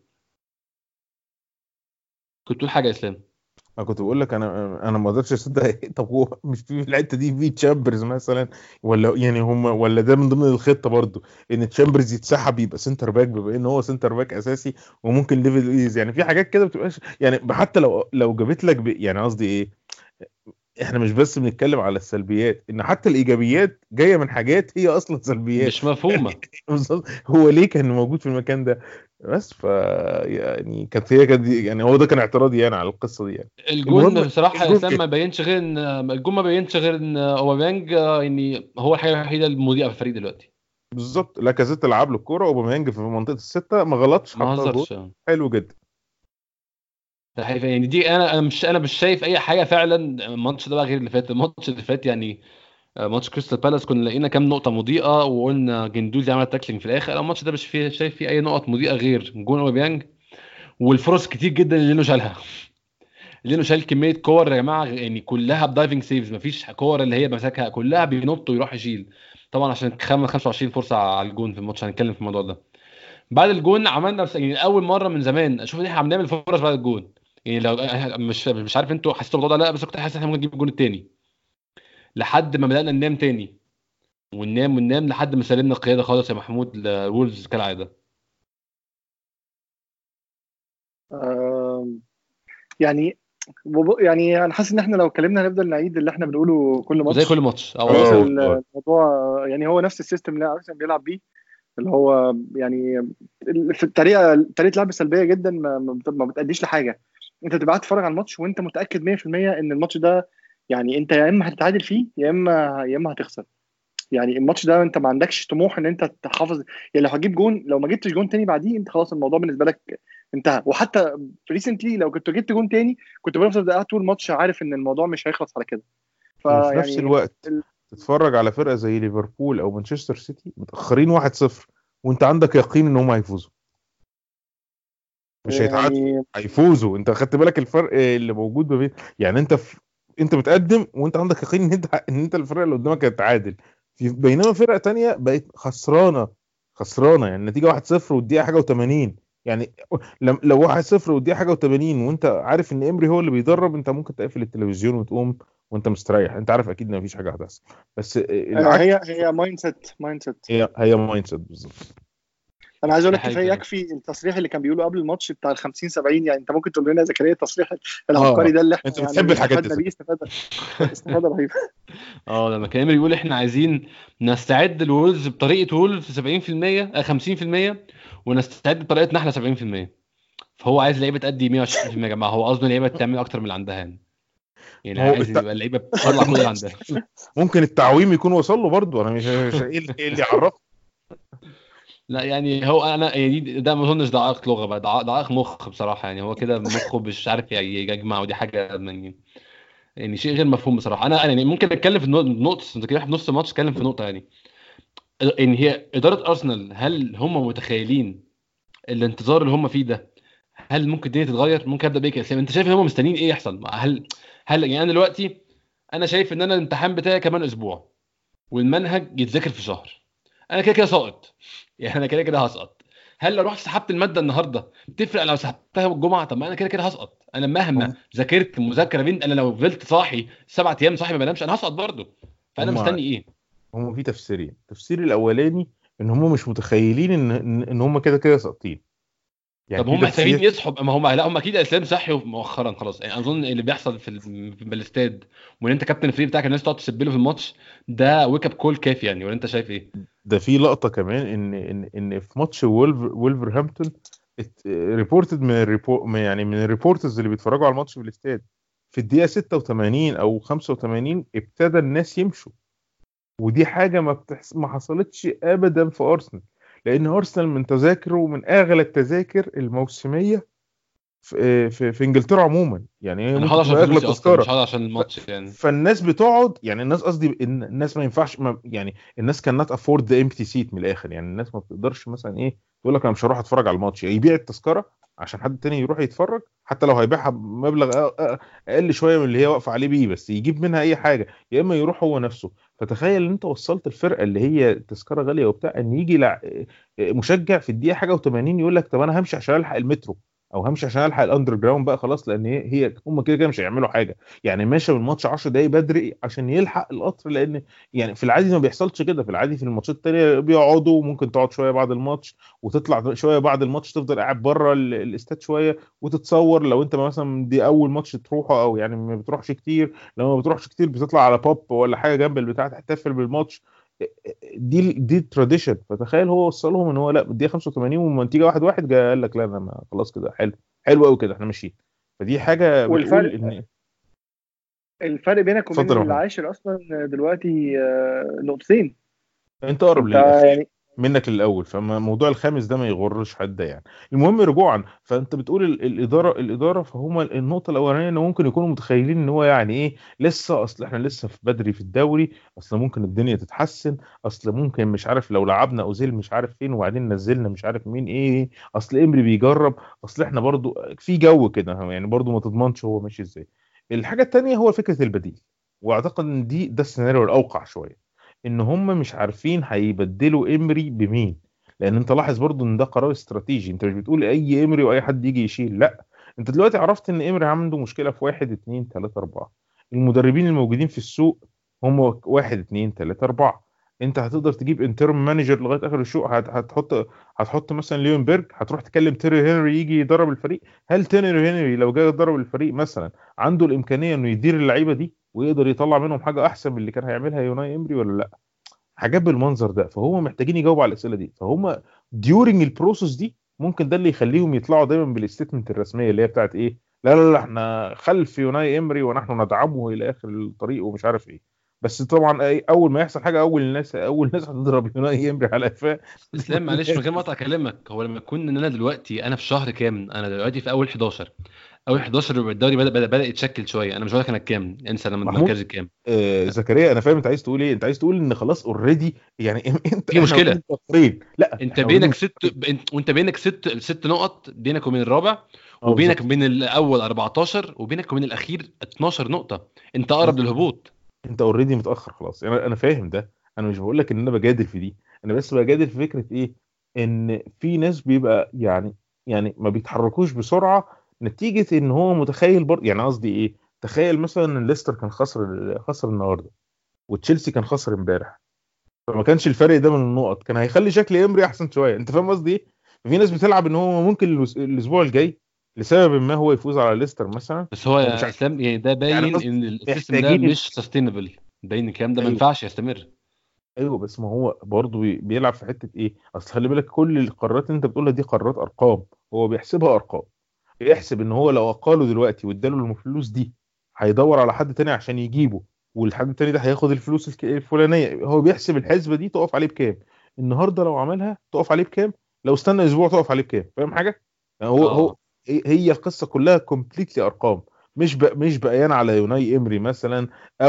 كنت تقول حاجه يا اسلام؟ انا كنت بقول لك، انا ما قدرتش اصدق. طب هو مش في الحته دي في تشامبرز مثلا، ولا يعني هم، ولا ده من ضمن الخطه برضو ان تشامبرز يتسحب يبقى سنتر باك بما ان هو سنتر باك اساسي، وممكن ليفل ايز. يعني في حاجات كده بتبقاش يعني، حتى لو جابت لك يعني قصدي ايه، احنا مش بس بنتكلم على السلبيات، ان حتى الايجابيات جايه من حاجات هي اصلا سلبيات. مش مفهومه. بالظبط. هو ليه كان موجود في المكان ده؟ بس يعني كانت يعني هو ده كان اعتراضي يعني على القصه دي يعني. المهم، الجون بصراحه يا الجون اسلام جه. ما بينش غير ان الجون ما بينش غير ان اوباميانج يعني هو الحاجه الوحيده المضيئه في الفريق دلوقتي. بالظبط، لاكازيت لعب له الكوره، اوباميانج في منطقه السته ما غلطش، ما حطها جول. هزرش. حلو جدا. ده حقيقي يعني. دي انا مش شايف اي حاجه فعلا. الماتش ده بقى غير اللي فات. الماتش اللي فات يعني ماتش كريستال بالاس كنا لقينا كام نقطه مضيئه، وقلنا جندوزي عمل تاكلينج في الاخر. الماتش ده مش فيه شايف فيه اي نقط مضيئه غير جون اوباميانج والفرص كتير جدا اللي انه شالها. اللي انه شال كميه كور يا جماعه يعني كلها بدايفنج سيفز، مفيش كور اللي هي مسكها، كلها بينط ويروح يشيل. طبعا عشان 25 فرصه على الجون في الماتش، هنتكلم في الموضوع ده. بعد الجون عملنا يعني اول مره من زمان اشوف ان احنا بنعمل فرص بعد الجون. يعني لو مش عارف انتوا حسيتوا الموضوع ده لا، بس كنت حاسس ان احنا ممكن نجيب الجون التاني. لحد ما بدانا ننام تاني، وننام وننام لحد ما سلمنا القياده خالص يا محمود لولفز كالعاده. آم، يعني يعني انا حاسس ان احنا لو اتكلمنا هنفضل نعيد اللي احنا بنقوله كل وزي كل ماتش. ماتش اه والله بس فعلا. والله. الموضوع يعني هو نفس السيستم اللي ارسنال بيلعب بيه، اللي هو يعني في طريقه لعب سلبيه جدا، ما بتاديش لحاجه. انت تبقى قاعد تتفرج على الماتش وانت متاكد 100% ان الماتش ده يعني انت يا اما هتتعادل فيه يا اما هتخسر. يعني الماتش ده انت ما عندكش طموح ان انت تحافظ. يعني لو هتجيب جون، لو ما جبتش جون تاني بعديه انت خلاص الموضوع بالنسبه لك انتهى. وحتى ريسنتلي لو كنت جبت جون تاني كنت بنفضل قاعد طول الماتش عارف ان الموضوع مش هيخلص على كده. وفي نفس فيعني الوقت تتفرج على فرقه زي ليفربول او مانشستر سيتي متاخرين 1-0 وانت عندك يقين ان هم هيفوزوا، مش هيتعادلوا، يعني هيفوزوا. انت خدت بالك الفرق اللي موجود ما بين، يعني انت انت متقدم وانت عندك يقين ان انت الفرقه اللي قدامك هتتعادل، بينما فرقه تانية بقت خسرانه يعني النتيجه 1-0 والدقيقه حاجه و80 يعني. لو 1-0 والدقيقه حاجه و80 وانت عارف ان امري هو اللي بيدرب، انت ممكن تقفل التلفزيون وتقوم وانت مستريح، انت عارف اكيد ان مفيش حاجه هتحصل. بس العكس، هي مايند سيت هي مايند سيت بالظبط. انا عايز اقول دي لك حقيقة كفايه فعلا. يكفي التصريح اللي كان بيقوله قبل الماتش بتاع ال 50-70. يعني انت ممكن تقول لنا يا زكريا التصريح العبقري ده اللي احنا انت بتحب يعني الحاجات دي استفدنا بيه استفاده رهيبه. لما كان بيقول احنا عايزين نستعد الولز بطريقه وولز 70% 50%، ونستعد بطريقتنا احنا 70%. فهو عايز لعيبه تأدي 120% يا جماعه. هو قصده لعيبه تعمل اكتر من اللي عندها يعني ما هو عايز يبقى اللعيبه بتطلع كل اللي عندها. ممكن التعويم يكون وصل له برضه، انا مش ايه اللي يعرفه. لا يعني هو انا يعني ده ما اظنش دعائق لغه بقى، دعائق مخ بصراحه. يعني هو كده مخه مش عارف يجمع، ودي حاجه يعني شيء غير مفهوم بصراحه. انا يعني ممكن اتكلم في نقطه انت كده في نص الماتش، اتكلم في نقطه يعني ان هي اداره ارسنال، هل هم متخيلين الانتظار اللي هم فيه ده؟ هل ممكن الدنيا تتغير؟ ممكن ابدا بيك يا اسلام، انت شايف ان هم مستنيين ايه يحصل؟ هل يعني انا دلوقتي انا شايف ان انا الامتحان بتاعي كمان اسبوع والمنهج يتذاكر في شهر، انا كده كده ساقط. يعني انا كده كده هسقط. هل لو رحت سحبت الماده النهارده تفرق لو سحبتها الجمعه؟ طب ما انا كده كده هسقط. انا مهما هم ذاكرت مذاكره انا لو فضلت صاحي 7 ايام صاحي ما بنامش انا هسقط برضه. فانا هم مستني ايه؟ هم في تفسيرين. التفسير الاولاني ان هم مش متخيلين ان هم كده كده ساقطين، يعني طب في هم محتاجين تفسير. يصحوا. ما هم لا، هم اكيد اسلام صحي مؤخرا خلاص. يعني اظن اللي بيحصل في الاستاد، وان انت كابتن الفريق بتاعك الناس تقعد تسبله في الماتش، ده ويك اب كول كافي يعني. ولا انت شايف ايه؟ ده في لقطه كمان ان في ماتش وولفرهامبتون ريبورتد من الريبورترز اللي بيتفرجوا على الماتش في الاستاد، في الدقيقه 86 او 85 ابتدى الناس يمشوا. ودي حاجه ما حصلتش ابدا في ارسنال، لان ارسنال من تذاكره من اغلى التذاكر الموسميه في انجلترا عموما، يعني هي انا هقعد ممكن عشان تبقى اغلى فلوسي اصلا، مش تذكره. هقعد عشان الماتش يعني. فالناس بتقعد، يعني الناس قصدي الناس ما ينفعش يعني الناس كانت افورد ذا امبتي سيت من الاخر. يعني الناس ما بتقدرش مثلا ايه تقول لك انا مش هروح اتفرج على الماتش، يبيع التذكره عشان حد تاني يروح يتفرج، حتى لو هيبيعها بمبلغ اقل شويه من اللي هي واقفه عليه بيه، بس يجيب منها اي حاجه، يا اما يروح هو نفسه. فتخيل ان انت وصلت الفرقه اللي هي تذكره غاليه وبتاع، ان يجي مشجع في الدقيقه حاجه و80 يقول لك طب انا همشي عشان الحق المترو، او همشي عشان الحق الاندر جراوند بقى خلاص، لان هي هم كده كده مش هيعملوا حاجه. يعني ماشي بالماتش 10 دقايق بدري عشان يلحق القطر، لان يعني في العادي ما بيحصلش كده. في العادي في الماتشات التانية بيقعدوا، ممكن تقعد شويه بعد الماتش وتطلع شويه بعد الماتش، تفضل قاعد بره الاستاد شويه وتتصور. لو انت مثلا دي اول ماتش تروحه، او يعني ما بتروحش كتير، لو ما بتروحش كتير بتطلع على بوب ولا حاجه جنب البتاع تحتفل بالماتش. دي تراديشن. فتخيل هو وصلهم ان هو لا الدقيقه 85 والنتيجه 1-1، جه قال لك لا انا خلاص كده حلو، حلو قوي كده احنا ماشيين. فدي حاجه بتقول والفرق ان. الفرق بينك وبين اتفضل يا محمود. العاشر اصلا دلوقتي نقطتين. انت اقرب انت للاخير يعني منك للاول، فموضوع الخامس ده ما يغرش حد يعني. المهم رجوعا، فانت بتقول الاداره فهم النقطه الاولانيه ان ممكن يكونوا متخيلين ان هو يعني ايه لسه، اصل احنا لسه في بدري في الدوري، اصل ممكن الدنيا تتحسن، اصل ممكن مش عارف لو لعبنا اوزيل مش عارف فين وبعدين نزلنا مش عارف مين ايه، اصل امري بيجرب، اصل احنا برضو في جو كده يعني برضو ما تضمنش هو ماشي ازاي. الحاجه التانيه هو فكره البديل، واعتقد ان ده السيناريو الاوقع شويه، ان هم مش عارفين هيبدلوا امري بمين. لان انت لاحظ برضو ان ده قرار استراتيجي، انت مش بتقول اي امري واي حد يجي يشيل، لا، انت دلوقتي عرفت ان امري عنده مشكله في 1 2 3 4. المدربين الموجودين في السوق هم 1 2 3 4. انت هتقدر تجيب انترم مانجر لغايه اخر السوق، هتحط مثلا ليونبرج، هتروح تكلم تيري هنري يجي يدرب الفريق. هل تيري هنري لو جاي يدرب الفريق مثلا عنده الامكانيه انه يدير اللعيبه دي ويقدر يطلع منهم حاجه احسن من اللي كان هيعملها يوناي امري ولا لا؟ حاجات بالمنظر ده. فهم محتاجين يجاوبوا على الاسئله دي، فهم ديورنج البروسيس دي ممكن ده اللي يخليهم يطلعوا دايما بالستيتمنت الرسميه اللي هي بتاعت ايه، لا لا لا احنا خلف يوناي امري ونحن ندعمه الى اخر الطريق ومش عارف ايه. بس طبعا اول ما يحصل حاجه اول ناس هتضرب يوناي امري على قفاه. اسلام معلش من غير ما اقطع كلامك، هو لما يكون ان انا دلوقتي انا في شهر كام؟ انا دلوقتي في اول 11. اول 11 يبقى الدوري بدا يتشكل شويه. انا مش هقول لك انا كام، انسى لما محمود، المركز الكام. زكريا انا فاهم انت عايز تقول ايه. انت عايز تقول ان خلاص اوريدي يعني في احنا اوريدي مشكله. متاخرين. لا انت احنا اوريدي بينك وانت بينك ست نقط بينك وبين الرابع، وبينك وبين الاول 14 وبينك وبين الاخير 12 نقطه، انت اقرب للهبوط. انت اوريدي متاخر خلاص. انا فاهم ده، انا مش بقول لك ان انا بجادل في دي، انا بس بجادل في فكره ايه، ان في ناس بيبقى يعني ما بيتحركوش بسرعه نتيجه ان هو متخيل يعني قصدي ايه، تخيل مثلا ان ليستر كان خسر النهارده وتشيلسي كان خسر امبارح، فما كانش الفرق ده من النقط كان هيخلي شكل امري احسن شويه. انت فاهم قصدي ايه؟ في ناس بتلعب ان هو ممكن الاسبوع الجاي لسبب ما هو يفوز على ليستر مثلا. بس هو ومش يا عارف، اسلام يعني ده يعني باين قصدي ان السيستم ده محتاجين مش سستينبل، باين الكلام ده ما ايوه ينفعش يستمر. ايوه، بس ما هو برضه بيلعب في حته ايه، اصل خلي بالك كل القرارات اللي انت بتقولها دي قرارات ارقام، هو بيحسبها ارقام، بيحسب ان هو لو اقاله دلوقتي واداله الفلوس دي هيدور على حد تاني عشان يجيبه، والحد التاني ده هياخد الفلوس الفلانيه، هو بيحسب الحسبه دي تقف عليه بكام النهارده، لو عملها تقف عليه بكام، لو استنى اسبوع تقف عليه بكام. فاهم حاجه؟ يعني هو اه هي القصه كلها كومبليتلي ارقام، مش بقيان على يوناي امري مثلا،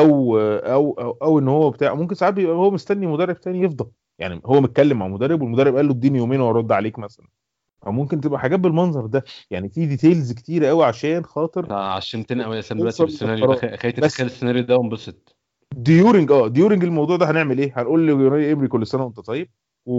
او ان هو بتاع، ممكن ساعات بيبقى هو مستني مدرب تاني يفضل، يعني هو متكلم مع مدرب والمدرب قال له اديني يومين وارد عليك مثلا، او ممكن تبقى حاجات بالمنظر ده. يعني في ديتيلز كتيره قوي عشان خاطر عشان تنقل يا اسلام دلوقتي توصل بالسيناريو ده، للقرار. خليتني بس اتخيل السيناريو ده وانبسط. ديورنج الموضوع ده هنعمل ايه، هنقول ليوناي امري كل سنه وانت طيب،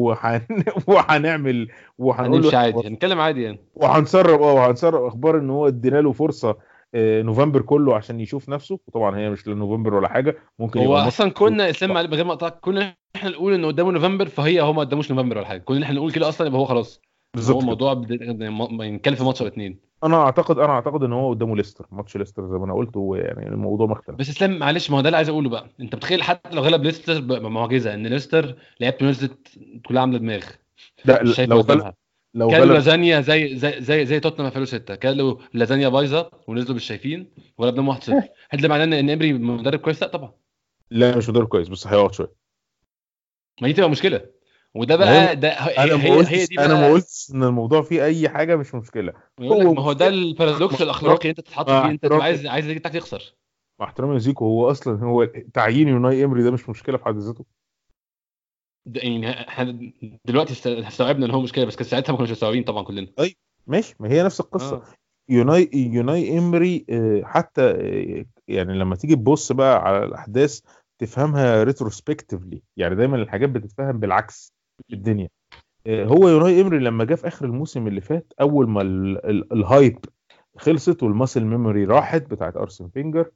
وهنعمل وهنقول له هنمشي احنا عادي، هنتكلم عادي يعني. وهنسرب اخبار ان هو ادينا له فرصه نوفمبر كله عشان يشوف نفسه، وطبعا هي مش لنوفمبر ولا حاجه، ممكن هو يبقى الماتش اصلا كنا اسلام من غير ما اقطعك، كنا احنا نقول انه قدامه نوفمبر، فهي هو ما قداموش نوفمبر ولا حاجه، كنا احنا نقول كده اصلا، يبقى هو خلاص ان هو بالظبط كده. الموضوع نتكلم في ماتش او اتنين. انا اعتقد ان هو قدامه ليستر، ماتش ليستر زي ما انا قلت، ويعني الموضوع ما بس اختلفش. اسلام معلش، ما هو ده اللي عايز اقوله بقى، انت متخيل حتى لو غلب ليستر معجزه ان ليستر لعيبه يونايتد كلها عامله دماغ، لا مش شايفه لو غلب، قدامها. لو كلوا غلب لازانيا زي توتنهام 2006، كلوا لازانيا بايظه ونزلوا مش شايفين وغلبناهم 1-0. هل ده معناه ان امري مدرب كويس؟ لا طبعا. لا مش مدرب كويس، بس هيقعد شويه. ما دي تبقى مشكله، وده ما هي بقى ده انا ما هي قلتش دي انا ما بقى. قلتش ان الموضوع فيه اي حاجه مش مشكله، يقول لك هو ما هو ده مشكله. البارادوكس مع احترام الاخلاقي انت تتحط مع فيه، انت تبقى احترام عايز النادي بتاعك يخسر. مع احترامي يا زيكو، هو اصلا هو تعيين يوناي امري ده مش مشكله في حد ذاته. يعني احنا دلوقتي استوعبنا ان هو مشكله، بس كان ساعتها ما كناش مستوعبين طبعا كلنا. طيب ماشي، ما هي نفس القصه. اه يوناي امري حتى يعني لما تيجي تبص بقى على الاحداث تفهمها ريتروسبكتيفلي، يعني دايما الحاجات بتتفهم بالعكس في الدنيا. هو يوناي امري لما جه في اخر الموسم اللي فات، اول ما الهايب خلصت والماسل ميموري راحت بتاعت ارسن فينجر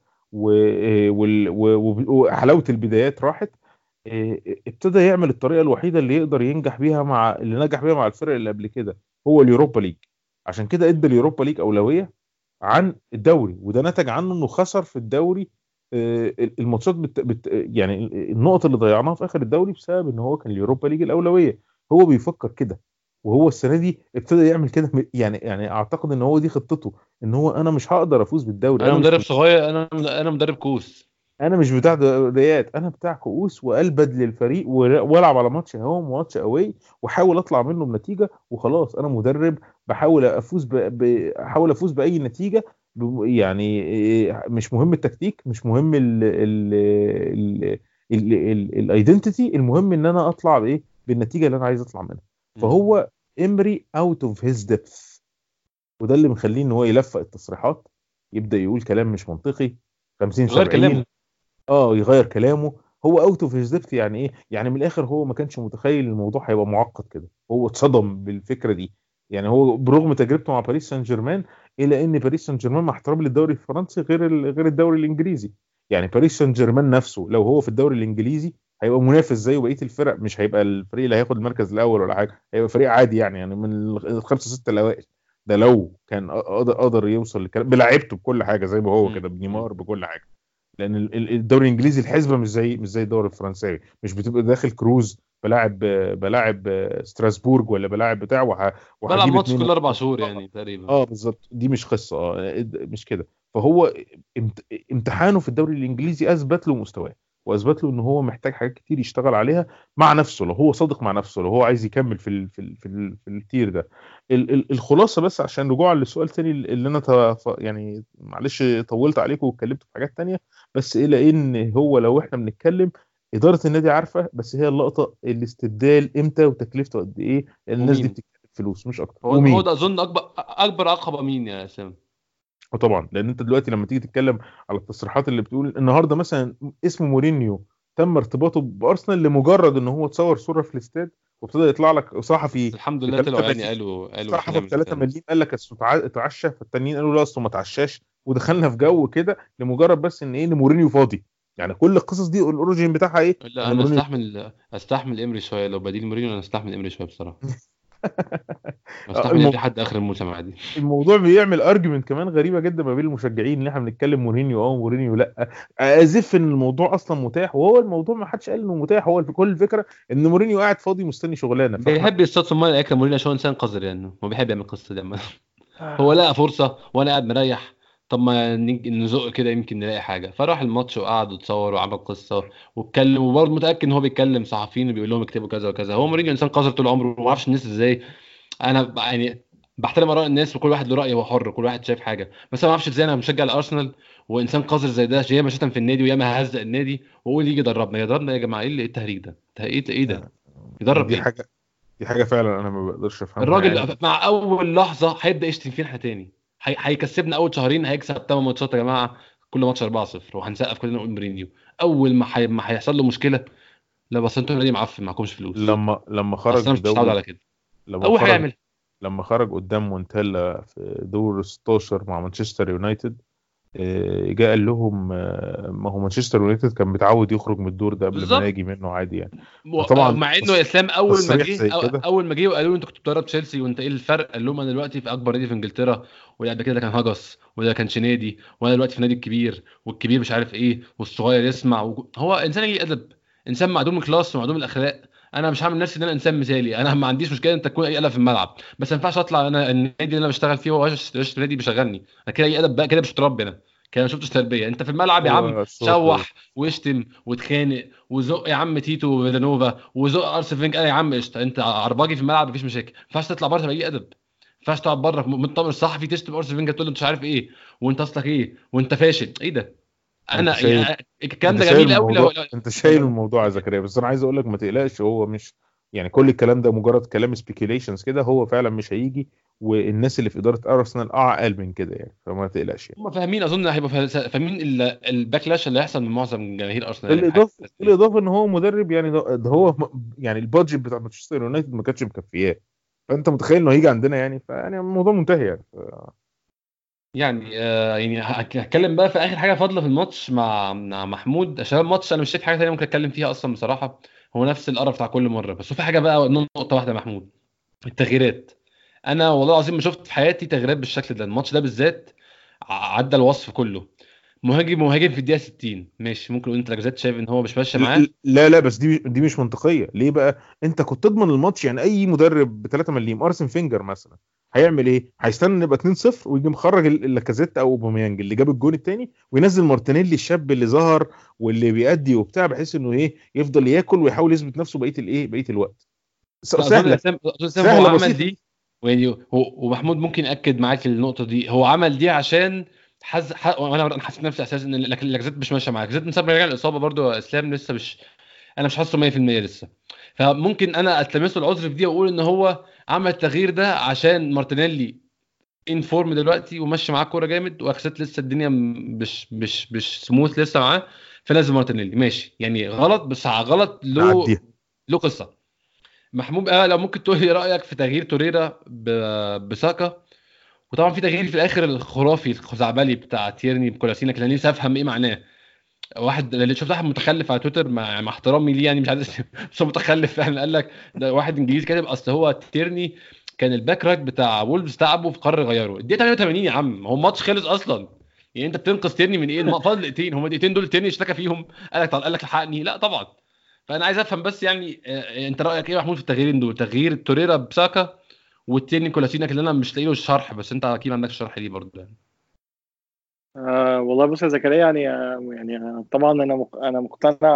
وحلاوه البدايات راحت، ابتدى يعمل الطريقه الوحيده اللي يقدر ينجح بيها اللي نجح بيها مع الفرق اللي قبل كده، هو اليوروبا ليج. عشان كده ادى اليوروبا ليج اولويه عن الدوري، وده نتج عنه انه خسر في الدوري الماتشات يعني النقط اللي ضيعناها في اخر الدوري بسبب ان هو كان اليوروبا ليج الاولويه. هو بيفكر كده، وهو السنه دي ابتدى يعمل كده، يعني اعتقد ان هو دي خطته، ان هو انا مش هقدر افوز بالدوري، انا مدرب صغير، انا مدرب كوس. انا مش بتاع دوريات، انا بتاع كؤوس، والبد للفريق والعب على ماتش هوم وماتش اواي واحاول اطلع منه بنتيجه وخلاص. انا مدرب بحاول افوز احاول افوز باي نتيجه، يعني مش مهم التكتيك، مش مهم الايدنتيتي، المهم ان انا اطلع بايه، بالنتيجه اللي انا عايز اطلع منها. فهو امري اوت اوف هيز ديبث، وده اللي مخليه ان هو يلفق التصريحات، يبدا يقول كلام مش منطقي 50 غير كلامه. 70، يغير كلامه. هو اوت اوف هيز ديبث، يعني ايه، يعني من الاخر هو ما كانش متخيل الموضوع هيبقى معقد كده، هو اتصدم بالفكره دي. يعني هو برغم تجربته مع باريس سان جيرمان، الا ان باريس سان جيرمان مع احترامي للدوري الفرنسي غير الدوري الانجليزي. يعني باريس سان جيرمان نفسه لو هو في الدوري الانجليزي هيبقى منافس زيه بقيه الفرق، مش هيبقى الفريق اللي هياخد المركز الاول ولا حاجه، هيبقى فريق عادي يعني من الخمسه سته الاوائل. ده لو كان قدر يوصل لكلام بلاعيبته بكل حاجه زي ما هو كده، بنيمار بكل حاجه. لان الدوري الانجليزي الحسبه مش زي الدوري الفرنساوي، مش بتبقى داخل كروز بلاعب ستراسبورج ولا بلاعب بتاع بلعب وهجيب ماتش اتنين كل 4 شهور اه يعني تقريبا. بالظبط، دي مش قصه مش كده. فهو امتحانه في الدوري الانجليزي اثبت له مستواه، واثبت له ان هو محتاج حاجات كتير يشتغل عليها مع نفسه، لو هو صادق مع نفسه، لو هو عايز يكمل في التير ده. الخلاصه بس عشان رجوعا للسؤال تاني اللي انا يعني معلش طولت عليكم واتكلمت في حاجات تانية، بس الى ان هو لو احنا بنتكلم إدارة النادي عارفة، بس هي اللقطة الاستبدال امتى وتكلفته قد ايه، لان الناس دي ومين؟ بتتكلم فلوس مش اكتر. هو ومين ده اظن اكبر عقبه مين يا سام؟ وطبعا لان انت دلوقتي لما تيجي تتكلم على التصريحات اللي بتقول النهارده مثلا اسم مورينيو تم ارتباطه بارسنال لمجرد ان هو تصور صوره في الاستاد وابتدى يطلع لك بس صحفي الحمد ب لله 3 طلعوا يعني مليم، قالوا مش صحفي ب هنعمل 3 كده. مليم قال لك اصله اتعشى، فالتانيين قالوا لا اصله ما اتعشاش، ودخلنا في جو كده لمجرد بس ان ايه ان مورينيو فاضي. يعني كل القصص دي الاوريجين بتاعها ايه؟ لا ان انا مورينيو استحمل امري شويه، لو بديل مورينيو انا استحمل امري شويه بصراحه. استحمل الم- لحد اخر الموسم عادي. الموضوع بيعمل ارجيومنت كمان غريبه جدا ما بين المشجعين ان احنا بنتكلم مورينيو مورينيو لا، ازف ان الموضوع اصلا متاح، وهو الموضوع ما حدش قال انه متاح. هو في كل الفكره ان مورينيو قاعد فاضي مستني شغلانه، فاحنا بيحب يصطاد في الميه اكرم مورينيو عشان انسان قذر يعني، هو بيحب يعمل القصه دي. هو لقى فرصه وانا قاعد مريح، طب ما نزق كده يمكن نلاقي حاجه، فراح الماتش وقعد وتصور وعمل قصه واتكلم، وبرضه متاكد ان هو بيتكلم صحفيين وبيقول لهم اكتبوا كذا وكذا. هو مورينيو انسان قذر طول عمره وما اعرفش الناس ازاي. انا يعني بحترم اراء الناس وكل واحد له راي، هو حر، كل واحد شايف حاجه، بس انا ما اعرفش ازاي انا مشجع الارسنال وانسان قذر زي ده ياما شتم في النادي وياما هزق النادي واقول يجي يضربنا يا جماعه، ايه التهريج ده؟ ايه ده؟ يدرب دي ايه؟ حاجه دي حاجه فعلا انا ما بقدرش افهمها يعني. الراجل مع اول لحظه هيبدا يشتم فينا احنا تاني، هيكسبنا اول شهرين، هيكسب 8 ماتشات يا جماعه، كل ماتش 4-0 وهنسقف كلنا نقول مورينيو. اول ما هيحصل له مشكله، لا بس انتوا نادي معفن معكمش فلوس، لما اصل خرج انا مش متعود بدوري، على كده. لما اول حاجه خرج يعمل لما خرج قدام مونتيلا في دور 16 مع مانشستر يونايتد، جاء قال لهم ما هو مانشستر يونايتد كان متعود يخرج من الدور ده قبل ما بالظبط. نجي منه عادي يعني. فطبعا مع انه يا اسلام اول ما تصريح جه زي كده اول ما جه وقالوا له انت كنت بتدرب تشيلسي وانت ايه الفرق، قال لهم انا دلوقتي في اكبر نادي في انجلترا، وقبل كده ده كان هجس وده كانش نادي، وانا دلوقتي في النادي الكبير والكبير مش عارف ايه والصغير يسمع هو انسان ليه ادب، انسان معدوم الكلاس ومعدوم الاخلاق. انا مش هعمل نفسي ان انا انسان مثالي، انا ما عنديش مشكله انت تكون اي ادب في الملعب، بس ما ينفعش اطلع انا النادي اللي انا بشتغل فيه هو نادي بيشغلني انا كده، اي ادب بقى كده مش متربي انا كده، ما شفتش تربيه. انت في الملعب يا عم هو سوري. شوح واشتم واتخانق وزق يا عم تيتو فيلانوفا وزق ارسن فينج، قال يا عم قشطه انت عرباجي في الملعب مفيش مشاكل، ما ينفعش تطلع بره باي ادب، ما ينفعش تقعد بره من الطابور الصحفي تشتم ارسن فينج تقول له انت مش عارف ايه وانت اصلك ايه وانت فاشل، ايه ده؟ انت انا شايل الكلام انت ده شايل جميل قوي الموضوع انت شايل لو الموضوع يا زكريا، بس انا عايز اقول لك ما تقلقش. هو مش يعني كل الكلام ده مجرد كلام سبيكيليشنز كده، هو فعلا مش هيجي، والناس اللي في اداره ارسنال اعقل من كده يعني، فما تقلقش يعني. هم فاهمين، اظن هيبقوا فاهمين الباكلاش اللي هيحصل من معظم جماهير ارسنال يعني في حاجه بالاضافه بالاضافه ان هو مدرب يعني، ده هو يعني البادجت بتاع مانشستر يونايتد ما كانتش مكفياه، فانت متخيل انه هيجي عندنا يعني، فيعني الموضوع منتهي يعني يعني يعني هتكلم بقى في اخر حاجه فاضله في الماتش مع محمود عشان الماتش انا مش شايف حاجه ثانيه ممكن اتكلم فيها اصلا بصراحه، هو نفس القرف بتاع كل مره، بس هو في حاجه بقى نقطه واحده يا محمود، التغييرات. انا والله العظيم ما شفت في حياتي تغييرات بالشكل ده، الماتش ده بالذات عدى الوصف كله. مهاجم في الدقيقه 60 ماشي، ممكن انت لاجازات شايف ان هو مش ماشي معاه. لا لا، بس دي مش منطقيه. ليه بقى؟ انت كنت تضمن الماتش يعني. اي مدرب ب 3 مليم ارسن فينجر مثلا هيعمل ايه؟ هيستنى نبقى 2-0 ويجي مخرج اللاكازيت او اوباميانج اللي جاب الجون الثاني، وينزل مارتينيلي الشاب اللي ظهر واللي بيأدي وبتاع، بحيث انه ايه يفضل ياكل ويحاول يثبت نفسه بقيه الوقت. لا اظن سهله اسلام هو سهله عمل بسيطه. دي، ويعني ومحمود ممكن ياكد معاك النقطه دي، هو عمل دي عشان وانا حسيت نفسي اساسا ان لاكازيت مش ماشيه معاك، لاكازيت من ساعه ما رجع الاصابه برضو يا اسلام لسه مش، انا مش حاسه 100% لسه، فممكن انا التمسه العذر في دي واقول ان هو عمل التغيير ده عشان مارتينيلي ان فورم دلوقتي وماشي معاه كوره جامد، واكسات لسه الدنيا مش سموث لسه معاه، فلازم مارتينيلي ماشي يعني غلط، بس غلط نعديها. له قصه. محمود لو ممكن تقول لي رايك في تغيير توريرا بساكا، وطبعا في تغيير في الاخر الخرافي الخزعبلي بتاع تيرني بكولاسينا، كان نفسي افهم ايه معناه. واحد اللي شفت واحد متخلف على تويتر مع احترامي ليه يعني مش عايز بس هو متخلف فعلا، قال لك ده واحد انجليزي كاتب اصل هو تيرني كان الباك رايت بتاع وولفز تعبه في قرر يغيره الدقيقه 88 يا عم، هو الماتش خلص اصلا، يعني انت بتنقذ تيرني من ايه؟ فاضل دقيقتين، هم دقيقتين دول تيرني اشتكى فيهم، قال لك الحقني؟ لا طبعا. فانا عايز افهم بس يعني انت رايك ايه يا محمود في التغييرين دول، تغيير توريرا بساكا والتاني كولاسينيك اللي انا مش لاقي له الشرح، بس انت اكيد عندك الشرح ليه برضه يعني. والله بص يا زكريا يعني طبعا انا مقتنع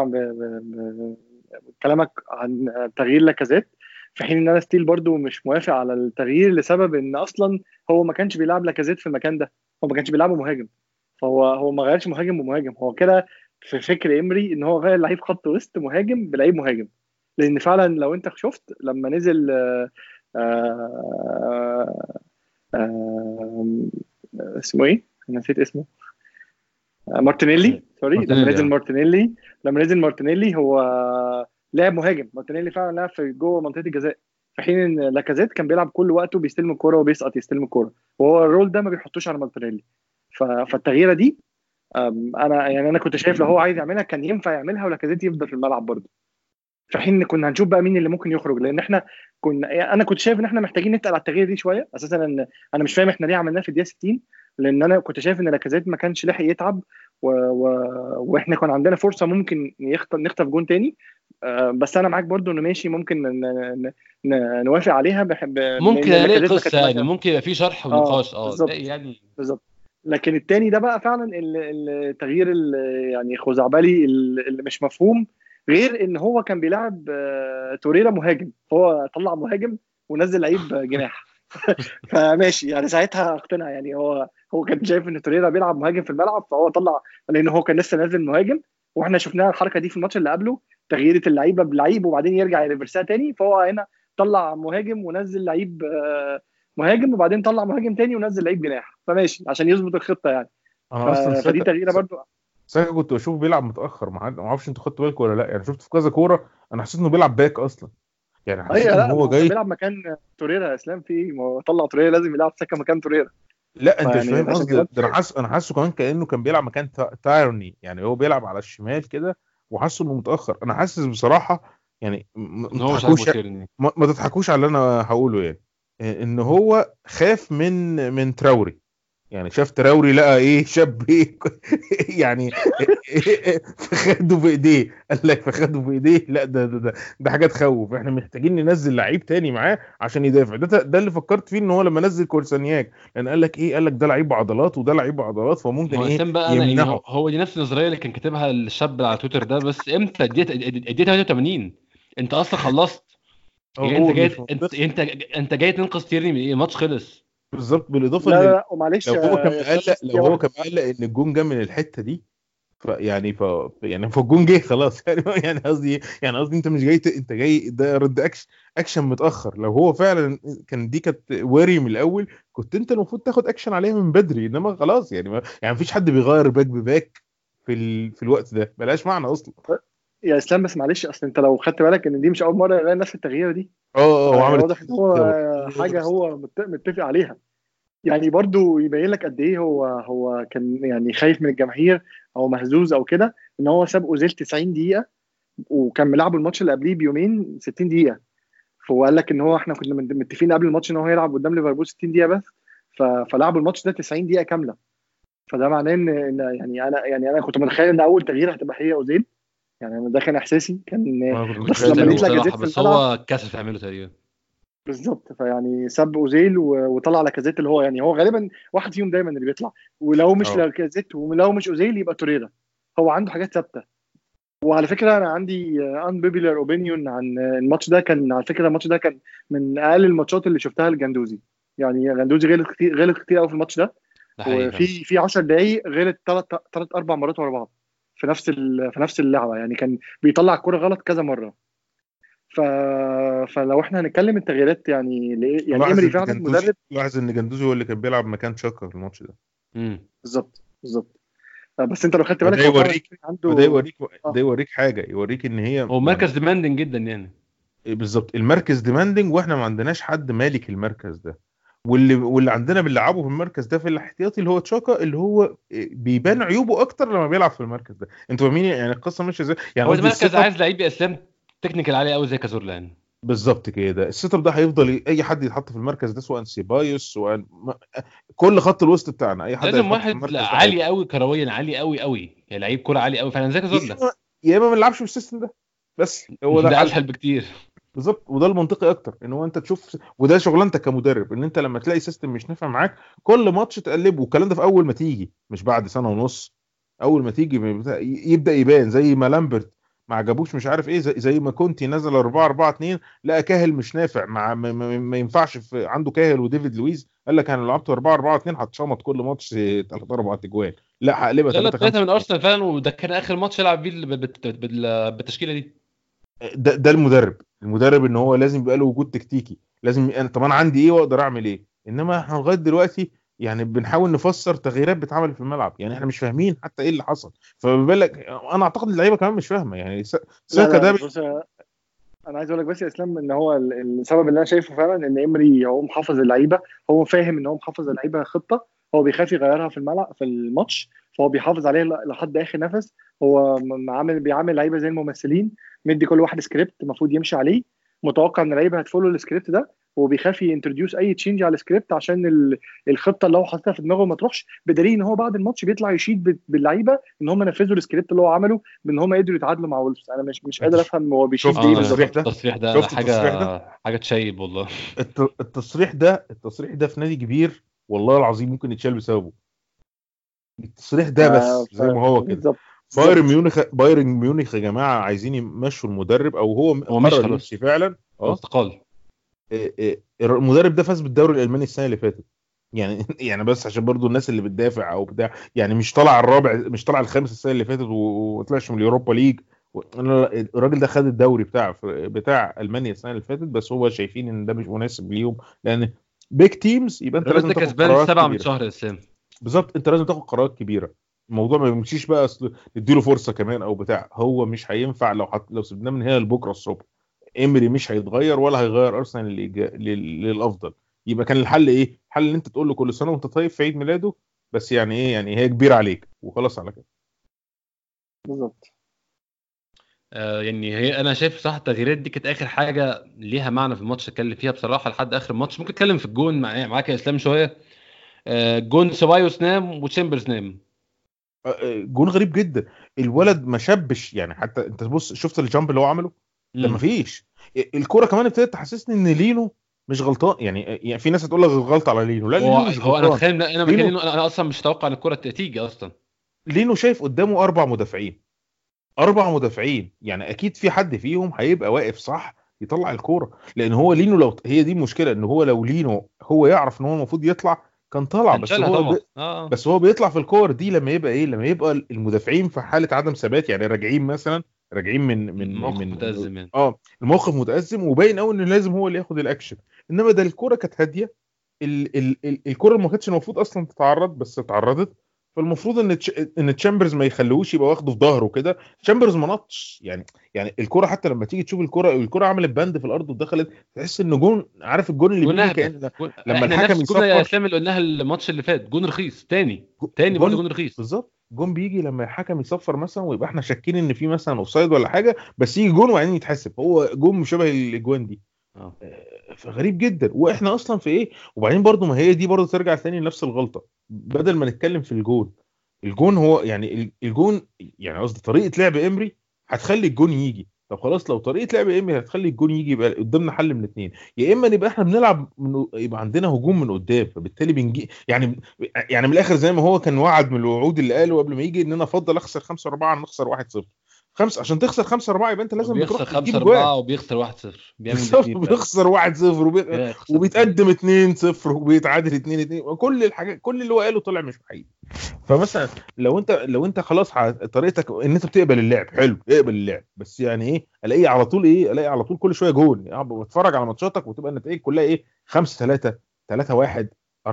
بكلامك عن تغيير لاكازيت، في حين ان انا ستيل برضو مش موافق على التغيير لسبب ان اصلا هو ما كانش بيلعب لاكازيت في المكان ده، هو ما كانش بيلعبه مهاجم، فهو ما غيرش مهاجم بمهاجم، هو كده في فكر امري ان هو غير لعيب خط وسط مهاجم بلعيب مهاجم، لان فعلا لو انت شفت لما نزل آه، اسمه ايه؟ أنا نسيت اسمه. مارتينيلي، سوري. لما نزل مارتينيلي هو لاعب مهاجم. مارتينيلي فعلا لعب في جوه منطقه الجزاء، في حين ان لاكازيت كان بيلعب كل وقته بيستلم الكوره وبيسقط يستلم الكوره، وهو الرول ده ما بيحطوش على مارتينيلي. فالتغييره دي انا كنت شايف لو هو عايز يعملها كان ينفع يعملها ولاكازيت يفضل في الملعب برضه، في حين ان كنا هنشوف بقى مين اللي ممكن يخرج. لان احنا انا كنت شايف ان احنا محتاجين نتقل على التغيير دي شويه اساسا. ان انا مش فاهم احنا ليه عملناه في الدقيقه 60، لان انا كنت شايف ان لاكازيت ما كانش لاحق يتعب واحنا كان عندنا فرصه ممكن نخطف جون تاني. بس انا معاك برضو انه ماشي، ممكن نوافق عليها ممكن لان الاقي لاكازيت ما قصه، كانش يعني ممكن يبقى في شرح ونقاش بالظبط يعني. بالظبط. لكن التاني ده بقى فعلا التغيير يعني خزعبلي اللي مش مفهوم، غير ان هو كان بيلعب توريرا مهاجم، فهو طلع مهاجم ونزل لعيب جناح. فماشي يعني ساعتها اقتنع. يعني هو كان شايف ان توريرا بيلعب مهاجم في الملعب، فهو طلع، لان هو كان لسه نازل مهاجم. واحنا شفناها الحركه دي في الماتش اللي قبله، تغييره اللعيبه بلعيب وبعدين يرجع يريفرسها تاني. فهو هنا طلع مهاجم ونزل لعيب مهاجم، وبعدين طلع مهاجم تاني ونزل لعيب جناح، فماشي عشان يظبط الخطه يعني. انا اصلا فدي تغييره برضو. ساكا كنت بشوفه بيلعب متاخر، ما اعرفش انتوا خدتوا بالكم ولا لا. يعني شفت في كذا كوره انا حسيت انه بيلعب باك اصلا، يعني حسيت ايوه، ان لا ما هو هو كان جاي. بيلعب مكان توريرا يا اسلام. في ما هو طلع توريرا لازم يلعب سكه مكان توريرا، لا انت مش فيعني فاهم عشان قصدي، يغطي. ده انا حاسه كمان كانه كان بيلعب مكان تايرني، يعني هو بيلعب على الشمال كده، وحاسه انه متاخر. انا حاسس بصراحه يعني ان ما هو مش عاجبه تضحكوش، تيرني. ما تضحكوش على اللي انا هقوله يعني. ان هو خاف من تراوري، يعني شاف تراوري لقى ايه شاب ايه يعني فخده بايديه، قال لك فخده بايديه. لا ده حاجه تخوف. احنا محتاجين ننزل لعيب تاني معاه عشان يدافع. ده اللي فكرت فيه ان هو لما نزل كورسانياك، لان قال لك ايه، قال لك ده لعيب بعضلات وده لعيب بعضلات، فممكن ما هو ايه اسلام بقى، انا يعني يمنعه. هو دي نفس النظريه اللي كان كاتبها الشاب على تويتر ده، بس امتى اديت 88؟ انت اصلا خلصت. يعني انت هو جاي، مش منطقي انت جاي تنقذ تيرني من ايه؟ الماتش خلص. بالظبط. بالاضافه لا لا ان لا، ومعلش لو هو كان يا اسلام مقلق، بس دي واحده. ان الجون جه من الحته دي، يعني فالجون جه خلاص يعني قصدي، انت مش جاي انت جاي ده رد اكشن متاخر. لو هو فعلا كان دي كانت واري من الاول، كنت انت المفروض تاخد اكشن عليها من بدري. انما خلاص يعني يعني مفيش حد بيغير باك بباك في الوقت ده، بلاش معنى اصلا. يا اسلام بس معلش، اصل انت لو خدت بالك ان دي مش اول مره يغير نفس التغيير دي. وعملت واضح ان هو كده برضه. حاجه هو متفق عليها. يعني برضو يبين لك قد ايه هو كان يعني خايف من الجماهير او مهزوز او كده، ان هو ساب اوزيل 90 دقيقه، وكان ملعبه الماتش اللي قبليه بيومين 60 دقيقه. فهو قال لك ان هو احنا كنا متفقين قبل الماتش ان هو هيلعب قدام ليفربول 60 دقيقه بس، فلعبوا الماتش ده 90 دقيقه كامله. فده معناه يعني انا كنت متخيل ان اول تغيير هتبقى هي اوزيل. يعني أنا ده كان احساسي، كان وانا كنت بس متخيل كنت لما كده قالوا لقيت برضه. لاكازيت بصراحه، في بس الملعب. هو كسل يعمله تقريبا. بالظبط، فيعني ساب اوزيل وطلع لاكازيت، اللي هو يعني هو غالبا واحد فيهم دايما اللي بيطلع. ولو مش اه لاكازيت ولو مش اوزيل يبقى توريرا. هو عنده حاجات ثابته. وعلى فكره انا عندي ان بيبيلر اوبينيون عن الماتش ده. كان على فكره الماتش ده كان من اقل الماتشات اللي شفتها لجندوزي. يعني جندوزي غلط كتير قوي في الماتش ده. ده حقيقي فعلا. وفي 10 دقائق غلط ثلاث اربع مرات ورا بعض في نفس اللعبه. يعني كان بيطلع الكوره غلط كذا مره. ف... فلو احنا هنتكلم التغييرات، يعني لاحظ ايمري ان فعلا جندوزي مدرب. لاحظ ان جندوزي هو اللي كان بيلعب مكان شاكا في الماتش ده. امم بالظبط بالظبط. بس انت لو خدت وده بالك هو فعلا يوريك وده عنده. يوريك ده يوريك حاجه، يوريك ان هي هو يعني مركز ديماندنج جدا يعني. بالظبط المركز ديماندنج، واحنا ما عندناش حد مالك المركز ده. واللي عندنا بنلعبه في المركز ده في الاحتياطي اللي هو تشاكا، اللي هو بيبان عيوبه اكتر لما بيلعب في المركز ده. انتوا فاهمين يعني القصه ماشيه ازاي؟ يعني هو ده قصدي مركز السيت اب. عايز لعيب اسلام تكنيكال عالي قوي زي كازورلان. بالظبط كده، السيت اب ده هيفضل اي حد يتحط في المركز ده، سواء سيبايوس سواء كل خط الوسط بتاعنا، اي حد لازم هيتحط في واحد المركز ده عالي قوي كرويا، عالي قوي قوي، يعني لعيب كوره عالي قوي فعلا زي يا كازورلا. اما ما نلعبش بالسيستم ده، بس هو ده ده الحل. اسهل بكتير. بالظبط، وده المنطقي اكتر، ان هو انت تشوف، وده شغلانتك كمدرب، ان انت لما تلاقي سيستم مش نافع معاك كل ماتش تقلبه. والكلام ده في اول ما تيجي، مش بعد سنه ونص. اول ما تيجي يبدا يبان، زي ما لامبرت ما عجبوش مش عارف ايه، زي ما كونتي نزل 4-4-2 لقى كاهل مش نافع مع ما ينفعش عنده كاهل وديفيد لويز، قال لك انا لو لعبت 4-4-2 هتشمط كل ماتش 3-4 اجوان، لا هقلبها لا لا، 3-5. 3 من ارسنال فعلا، وده كان اخر ماتش يلعب بيه بالتشكيله دي. ده المدرب ان هو لازم يبقى له وجود تكتيكي. لازم طب انا عندي ايه واقدر اعمل ايه. انما احنا لغايه دلوقتي يعني بنحاول نفسر تغييرات بتتعمل في الملعب، يعني احنا مش فاهمين حتى ايه اللي حصل. فما بالك انا اعتقد اللعيبه كمان مش فاهمه يعني ساكا ده بص انا عايز اقول لك بس يا اسلام ان هو السبب اللي انا شايفه فعلا ان امري هو محافظ اللعيبه، هو فاهم ان هو محافظ اللعيبه خطه، هو بيخاف يغيرها في الملعب في الماتش، فهو بيحافظ عليها لحد اخر نفس. هو بيعامل لعيبه زي الممثلين، مدي كل واحد سكريبت المفروض يمشي عليه، متوقع ان اللعيبه هتفولو السكريبت ده، وبيخاف ينتروديوس اي تشينج على السكريبت عشان الخطه اللي هو حاططها في دماغه ما تروحش. بدليل ان هو بعد الماتش بيطلع يشيد باللعيبه ان هم نفذوا السكريبت اللي هو عمله، بان هم قدروا يتعادلوا مع وولفز. انا مش قادر افهم هو بيشيد شفت بايه التصريح بالظبط. ده؟ التصريح ده شفت التصريح ده؟ حاجه تشيب والله. التصريح ده في نادي كبير والله العظيم ممكن يتشال بسببه. التصريح ده بس زي ما هو كده. بالظبط بايرن ميونخ يا جماعه عايزين يمشوا المدرب، او هو مش قرر خلاص يمشي فعلا. استقال. المدرب ده فاز بالدوري الالماني السنه اللي فاتت يعني بس عشان برضو الناس اللي بتدافع او بتاع، يعني مش طلع الرابع مش طلع الخامس السنه اللي فاتت وطلعش من اليوروبا ليج. الراجل ده خد الدوري بتاع المانيا السنه اللي فاتت، بس هو شايفين ان ده مش مناسب ليهم، لان بيج تيمز يبقى انت الراجل لازم ده تاخد كسبان قرارات 7 من كبيره. شهر يا اسلام. بالظبط، انت لازم تاخد قرارات كبيره. الموضوع ما بيمشيش بقى اصل نديله فرصه كمان او بتاع. هو مش هينفع لو سيبناه من هنا لبكره الصبح. ايمري مش هيتغير ولا هيغير ارسنال للافضل. يبقى كان الحل ايه؟ الحل ان انت تقول له كل سنه وانت طيب في عيد ميلاده، بس يعني ايه، يعني هي كبيره عليك وخلاص على كده. بالظبط. يعني هي انا شايف صح التغييرات دي كانت اخر حاجه ليها معنى في الماتش اتكلم فيها بصراحه لحد اخر الماتش. ممكن اتكلم في الجون معاك يا اسلام شويه. جون سيبايوس نام وتشامبرز نام. جون غريب جدا. الولد ما شبش يعني، حتى انت بص شفت الجامب اللي هو عمله ده، ما فيش. الكوره كمان ابتدت تحسسني ان لينو مش غلطان. يعني في ناس هتقول لك غلط على لينو، لا هو لينو مش هو انا غلطان. تخيل انا مكان لينو لينو انا اصلا مش متوقع ان الكره تيجي اصلا. لينو شايف قدامه 4 مدافعين، 4 مدافعين، يعني اكيد في حد فيهم هيبقى واقف صح يطلع الكوره. لان هو لينو لو هي دي المشكله، ان هو لو لينو هو يعرف ان هو المفروض يطلع كان طلع. كان شالها طبعا. بس هو بيطلع في الكور دي لما يبقى ايه، لما يبقى المدافعين في حاله عدم ثبات، يعني راجعين مثلا، راجعين موقف متأزم يعني. الموقف متأزم وباين قوي ان لازم هو اللي ياخد الاكشن. انما ده الكوره كانت هاديه، الكوره ما كانتش المفروض اصلا تتعرض بس اتعرضت. فالمفروض ان تشامبرز ما يخلوش يبقى واخده في ظهره كده. تشامبرز ما نطش يعني الكوره حتى لما تيجي تشوف الكوره عملت بند في الارض ودخلت، تحس ان جون، عارف الجون اللي بيجي كأن لما احنا الحكم نفس الجون يا يصفر. اسلام اللي قلناها الماتش اللي فات، جون رخيص تاني برضه جون رخيص بالظبط. جون بيجي لما الحكم يصفر مثلا ويبقى احنا شاكين ان في مثلا اوفسايد ولا حاجه، بس يجي جون وبعدين يتحسب. هو جون مشابه الاجوان دي. فغريب جدا. واحنا اصلا في ايه؟ وبعدين برضو ما هي دي برضو ترجع ثاني لنفس الغلطه. بدل ما نتكلم في الجون هو يعني الجون، يعني قصدي طريقه لعب امري هتخلي الجون يجي. طب خلاص لو طريقه لعب امري هتخلي الجون يجي، يبقى قدامنا حل من الاثنين. يا اما نبقى احنا بنلعب يبقى عندنا هجوم من قدام، فبالتالي بنجي يعني من الاخر زي ما هو كان وعد من الوعود اللي قاله قبل ما يجي، ان انا افضل اخسر 5-4 عن نخسر 1-0. عشان تخسر 5-4 يبقى انت لازم بتروح تجيب جوان. وبيخسر 1-0 بيعمل بيخسر 1-0 وبيتقدم 2-0 وبيتعادل 2-2. وكل الحاجات كل اللي هو قاله طلع مش حقيقي. فمثلا لو انت خلاص طريقتك ان انت بتقبل اللعب حلو، اقبل اللعب، بس يعني ايه الاقي على طول كل شويه جون. يعني بتفرج على ماتشاتك وتبقى النتائج كلها ايه 5-3 3-1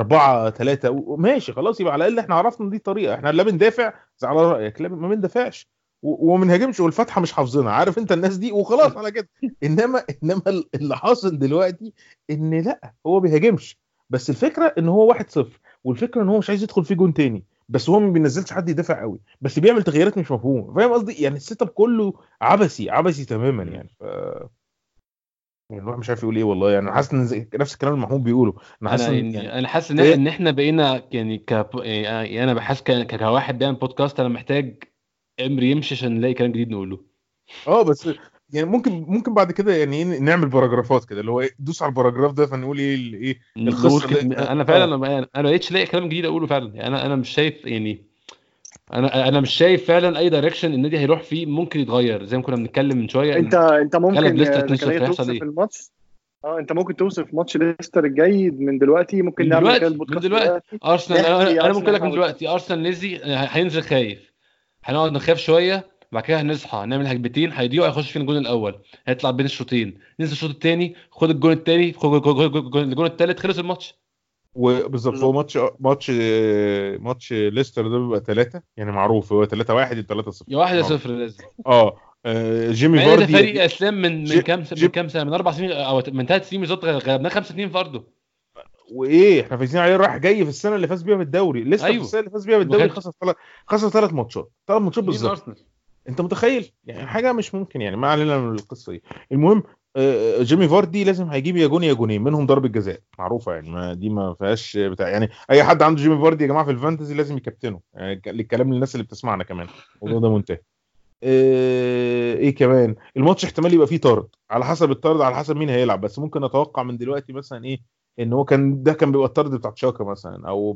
4-3 ماشي خلاص. يبقى على الاقل احنا عرفنا دي طريقه، احنا لا بندافع على رايك لا ما بندافعش وما بنهاجمش والفتحه مش حافظينها، عارف انت الناس دي وخلاص على كده. انما اللي حاصل دلوقتي ان لا هو بيهاجمش، بس الفكره ان هو 1-0، والفكره ان هو مش عايز يدخل فيه جون تاني، بس هو ما بينزلش حد يدافع قوي، بس بيعمل تغييرات مش مفهومه. فاهم قصدي؟ يعني السيت اب كله عبثي تماما يعني. يعني الواحد مش عارف يقول ايه والله. يعني حاسس ان نفس الكلام اللي محمود بيقوله. انا حاسس ان احنا بقينا يعني يعني انا بحس كواحد بيعمل بودكاست انا محتاج امري يمشي عشان نلاقي كلام جديد نقوله. بس يعني ممكن بعد كده يعني نعمل باراجرافات كده، اللي هو دوس على الباراجراف ده فنقول ايه القصه. انا فعلا انا بقيتش لاقي كلام جديد اقوله فعلا. يعني انا مش شايف يعني انا مش شايف فعلا اي دايركشن النادي هيروح فيه ممكن يتغير زي ما كنا بنتكلم من شويه. انت ممكن زكريا توصف الماتش. انت ممكن توصف ماتش ليستر الجاي من دلوقتي. ممكن نعمل كده البودكاست دلوقتي. ارسنال انا ممكن لك من دلوقتي ارسنال نزي هينزل خايف، هنقعد نخاف شويه بعد كده هنصحى نعمل هجمتين هيضيعوا هيخش فينا الجون الاول هيطلع بين الشوطين ننزل الشوط الثاني خد الجون الثاني خد الجون الثالث خلص الماتش. وبالظبط هو ماتش ليستر ده بيبقى 3 يعني معروف هو 3-1 3-0 يا 1-0 لازم. جيمي مع ان ده فاردي فريق اسلام من جي- كام سنه من 4 سنين او من 3 سنين بالظبط غلبناه 5-2 برضه. وايه احنا فايزين عليه راح جاي في السنه اللي فاز بيها بالدوري لسه أيوه. في السنه اللي فاز بيها بالدوري وكان- خسر 3 ماتشات مين بالظبط. ارسنال؟ انت متخيل يعني حاجه مش ممكن يعني ما علينا من القصه دي. المهم جيمي فاردي لازم هيجيب يا جونين منهم ضربه جزاء معروفه يعني ما دي ما فيهاش بتاع يعني اي حد عنده جيمي فاردي يا جماعه في الفانتزي لازم يكابتنه يعني الكلام للناس اللي بتسمعنا كمان الموضوع ده منتهي. ايه كمان الماتش احتمال يبقى فيه طرد على حسب الطرد على حسب مين هيلعب بس ممكن اتوقع من دلوقتي مثلا ايه ان هو كان بيبقى الطرد بتاع تشاكا مثلا او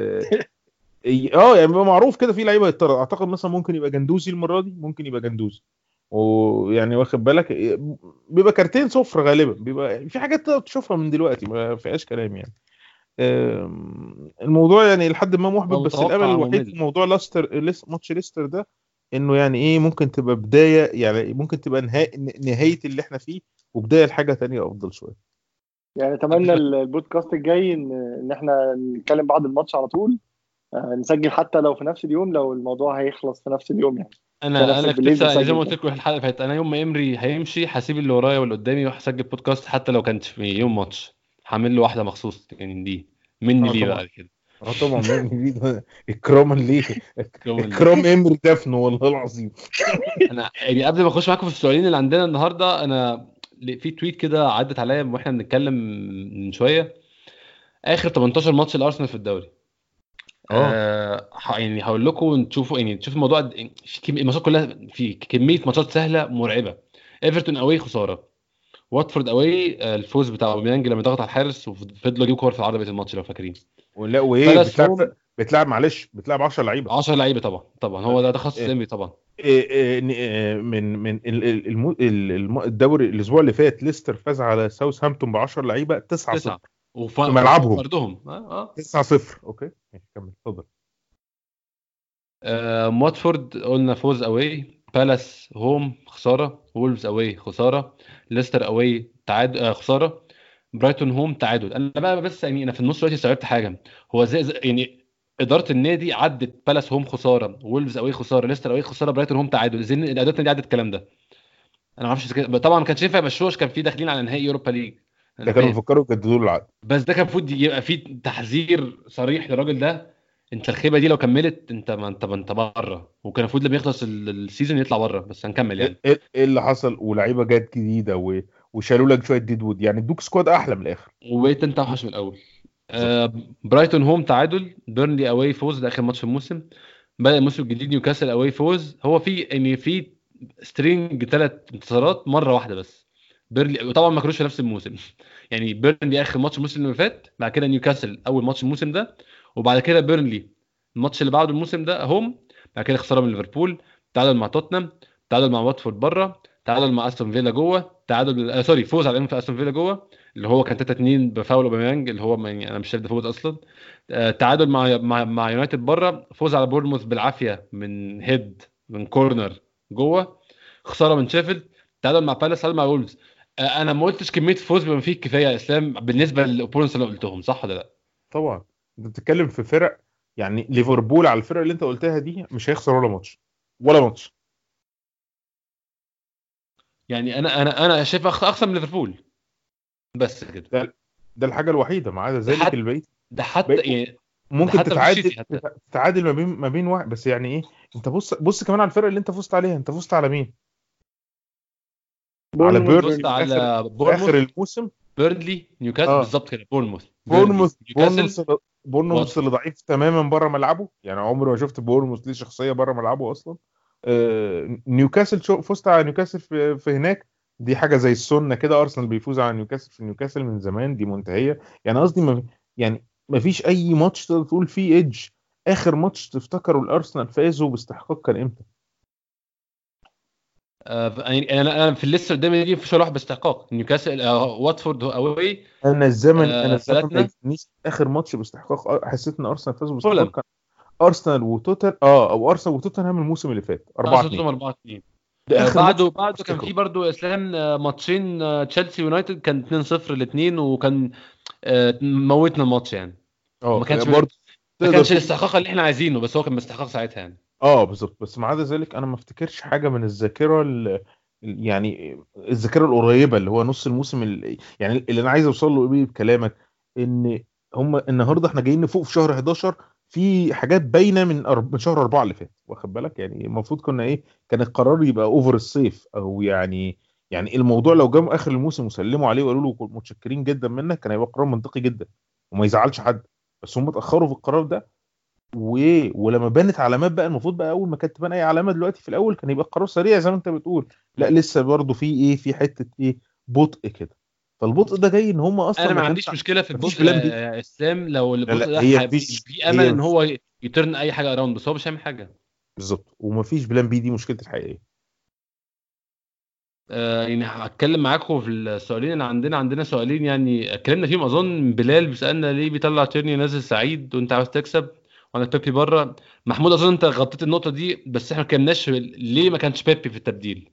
يعني بيبقى معروف كده في لعيبه يتطرد اعتقد مثلا ممكن يبقى جندوزي المره دي ممكن يبقى جندوزي ويعني واخد بالك بيبقى كارتين صفر غالبا بيبقى في حاجات تقدر تشوفها من دلوقتي ما فيهاش كلام يعني. الموضوع يعني لحد ما محبط بس الامل متوقع الوحيد في ممل. موضوع ماتش ليستر ده انه يعني ايه ممكن تبقى بدايه يعني ممكن تبقى نهايه اللي احنا فيه وبدايه لحاجه تانية افضل شويه. يعني اتمنى البودكاست الجاي ان احنا نتكلم بعد الماتش على طول، نسجل حتى لو في نفس اليوم لو الموضوع هيخلص في نفس اليوم يعني انا نفسك كنت بالليل لسه زي ما نسجل. قلت لكم الحلقه اللي فاتت انا يوم ما امري هيمشي هسيب اللي ورايا واللي قدامي وهسجل بودكاست حتى لو كانت في يوم ماتش هعمل له واحده مخصوص يعني دي مني ليه طبعا بقى كده. طبعا اكراما ليه يوم اكرام امري دفن والله العظيم. انا يعني قبل ما اخش معاكم في السؤالين اللي عندنا النهارده انا في تويت كده عدت عليا واحنا بنتكلم من شويه اخر 18 ماتش الارسنال في الدوري. يعني هقول لكم تشوفوا يعني تشوفوا الموضوع الماتشات كلها في كميه ماتشات سهله مرعبه. ايفرتون اوي خساره واتفورد اوي الفوز بتاع اوباميانج لما ضغط على الحارس وفضلوا يجيبوا كور في العرض بقيه الماتش لو فاكرين. ولا وايه بالاس هوم بتلعب 10 لعيبه 10 لعيبه طبعا هو ده تخصص امي طبعا. من الدوري الاسبوع اللي فات ليستر فاز على ساوثهامبتون ب 10 لعيبه 9-0 9 في ملعبهم وفردهم 9-0 اوكي ماشي كمل اتفضل. واتفورد قلنا فوز اوي بالاس هوم خساره وولفز اوي خساره ليستر اوي تعادل خساره برايتون هوم تعادل. انا بقى بس يعني انا في النص دلوقتي استوعبت حاجه هو زي يعني اداره النادي عدت بالاس هوم خساره وولفز اوي خساره ليستر اوي خساره برايتون هوم تعادل ازاي اداره النادي عدت الكلام ده. انا ما اعرفش طبعا ما كانش ينفع يمشوش كان في داخلين على نهائي اوروبا ليج ده انا كانوا فاهم بيفكروا يجددوا له العقد بس ده كان المفروض يبقى فيه تحذير صريح للراجل ده. انت الخيبه دي لو كملت انت بره وكان المفروض لما يخلص السيزون يطلع بره بس هنكمل يعني. إيه اللي حصل ولاعيبه جت جديده وشالوا لك شويه ديدوود يعني ادوك سكواد احلى من الاخر وبقيت انت اوحش من الاول. بالظبط. برايتون هوم تعادل بيرنلي اواي فوز ده اخر ماتش في الموسم. بدا الموسم الجديد نيوكاسل اواي فوز هو في يعني في سترينج 3 انتصارات مره واحده بس. بيرنلي طبعا ما كانوش في نفس الموسم يعني بيرنلي اخر ماتش الموسم اللي فات بعد كده نيوكاسل اول ماتش الموسم ده وبعد كده بيرنلي الماتش اللي بعده الموسم ده هوم بعد كده خساره من ليفربول تعادل مع توتنهام تعادل مع واتفورد بره تعادل مع استون فيلا جوه تعادل سوري فوز عليهم في استون فيلا جوه اللي هو كان 3-2 بفاول اوباميانج اللي هو يعني انا مش شايف ده فوز اصلا. تعادل مع يونايتد بره فوز على بورنموث بالعافيه من هيد من كورنر جوه خساره من شيفيلد تعادل مع بالاس تعادل مع وولفز. انا ما قلتش كميه فوز بما فيه الكفايه يا اسلام بالنسبه للاوبوننتس اللي قلتهم صح ولا لا؟ طبعا انت بتتكلم في فرق يعني ليفربول على الفرق اللي انت قلتها دي مش هيخسر ولا ماتش يعني انا شايف احسن من ليفربول بس كده. ده الحاجه الوحيده ما عدا ده ذلك حتى الباقي ده حتى يعني ده ممكن حتى في تتعادل السيتي حتى ما بين واحد بس يعني ايه انت بص كمان على الفرق اللي انت فزت عليها انت فزت على مين على بورنموث فزت بيرنلي على في اخر بورنموث الموسم بيرنلي نيوكاسل اه بالظبط كده بورنموث بيرنلي بورنموث نيوكاسل بورنموث اللي واتفورد. ضعيف تماما بره ملعبه يعني عمري ما شفت بورنموث ليه شخصيه بره ملعبه اصلا. نيوكاسل فزت على نيوكاسل في هناك دي حاجه زي السنه كده ارسنال بيفوز على نيوكاسل في نيوكاسل من زمان دي منتهيه يعني قصدي يعني ما فيش اي ماتش تقدر تقول فيه ايدج. اخر ماتش تفتكروا الارسنال فازوا باستحقاق كان امتى؟ يعني انا في الليسته قدامي دي في واحد باستحقاق نيوكاسل واتفورد اوي انا الزمن ما ثلاثنا يجيبنيش اخر ماتش باستحقاق حسيت ان ارسنال فازوا باستحقاق فولم كان ارسنال وتوتن او ارسنال وتوتنهام الموسم اللي فات 4-2 4-2 ده اخر بعده ماتش كان افتكره. في برضو اسلام ماتشين تشيلسي يونايتد كان 2-0 الاثنين، وكان موتنا الماتش يعني. وما كانش برضه ما تقدر كانش تقول الاستحقاق اللي احنا عايزينه، بس هو كان مستحقق ساعتها يعني. بالظبط. بس مع ذلك انا ما افتكرش حاجه من الذاكره يعني الذاكره القريبه اللي هو نص الموسم يعني اللي انا عايز اوصل له بيه بكلامك ان هم النهارده احنا جايين نفوق في شهر 11 في حاجات باينه من شهر 4 اللي فات، واخد بالك؟ يعني المفروض كنا كان القرار يبقى اوفر الصيف، او يعني الموضوع لو جم اخر الموسم وسلموا عليه وقالوا له متشكرين جدا منك كان هيبقى قرار منطقي جدا وما يزعلش حد. بس هم اتاخروا في القرار ده ولما بانت علامات بقى المفروض بقى اول ما كانت تبان اي علامه دلوقتي في الاول كان يبقى القرار سريع زي ما انت بتقول. لا لسه برضه في حته بطء كده. فالبطء ده جاي ان هم اصلا انا ما ما كانش عنديش مشكله في ما فيش البطء بلان بي. يا اسلام، لو لا البطء لا ده هي في امل هي ان هو يترن اي حاجه اراوند، بس هو مش هيعمل حاجه. بالظبط، وما فيش بلان بي، دي مشكلتي الحقيقيه. يعني هتكلم معاكم في السؤالين اللي عندنا سؤالين يعني اتكلمنا فيهم. اظن بلال بيسالنا ليه بيطلع تيرني نازل سعيد وانت عاوز تكسب وانا بيبي بره. محمود اظن انت غطيت النقطه دي، بس احنا ما اتكلمناش ليه ما كانش بيبي في التبديل.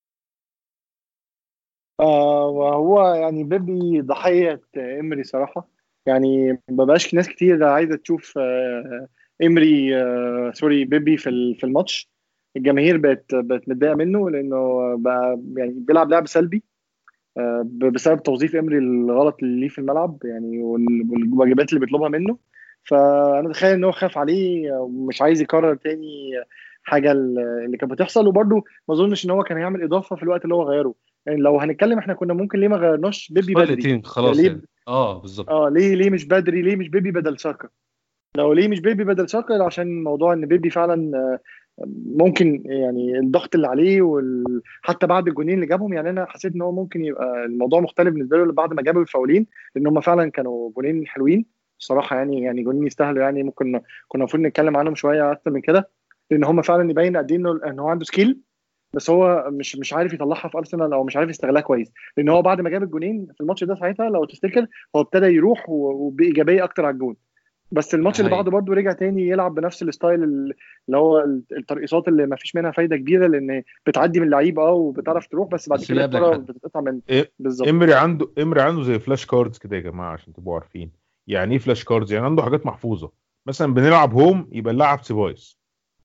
وهو يعني بيبي ضحية إمري صراحة. يعني ما بقاش ناس كتير عايزة تشوف إمري سوري بيبي في الماتش. الجماهير بقت متضايقة منه لأنه بقى يعني بيلعب لعب سلبي بسبب توظيف إمري الغلط اللي ليه في الملعب يعني والواجبات اللي بيطلبها منه. فأنا أتخيل إن هو خاف عليه ومش عايز يكرر تاني حاجة اللي كانت بتحصل. وبرده ما أظنش إن هو كان هيعمل إضافة في الوقت اللي هو غيره. يعني لو هنتكلم احنا كنا ممكن ليه ما غيرناش بيبي اختار بدري؟ الاثنين يعني خلاص ليه يعني. بالظبط. ليه مش بدري؟ ليه مش بيبي بدل ساكا؟ لو ليه مش بيبي بدل ساكا عشان موضوع ان بيبي فعلا ممكن يعني الضغط اللي عليه حتى بعد الجونين اللي جابهم. يعني انا حسيت ان هو ممكن يبقى الموضوع مختلف بالنسبه له بعد ما جابوا الفاولين، لان هم فعلا كانوا جونين حلوين الصراحه. يعني جونين يستاهلوا، يعني ممكن كنا المفروض نتكلم عنهم شويه اكتر من كده، لان هم فعلا يبين قد ايه ان هو عنده سكيل. بس هو مش عارف يطلعها في ارسنال او مش عارف يستغلها كويس. لان هو بعد ما جاب الجونين في الماتش ده ساعتها لو تفتكر هو ابتدى يروح وبايجابيه اكتر على الجون. بس الماتش اللي هاي بعده برضه رجع تاني يلعب بنفس الستايل اللي هو الترقيصات اللي ما فيش منها فايده كبيره، لان بتعدي من اللعيب وبتعرف تروح، بس بعد بس كده بيقابلك الكره حد. بتتقطع من. إيه، بالظبط. امري عنده زي فلاش كاردز كده يا جماعه عشان تبقوا عارفين. يعني ايه فلاش كاردز؟ يعني عنده حاجات محفوظه. مثلا بنلعب هوم يبقى نلعب سيبايس.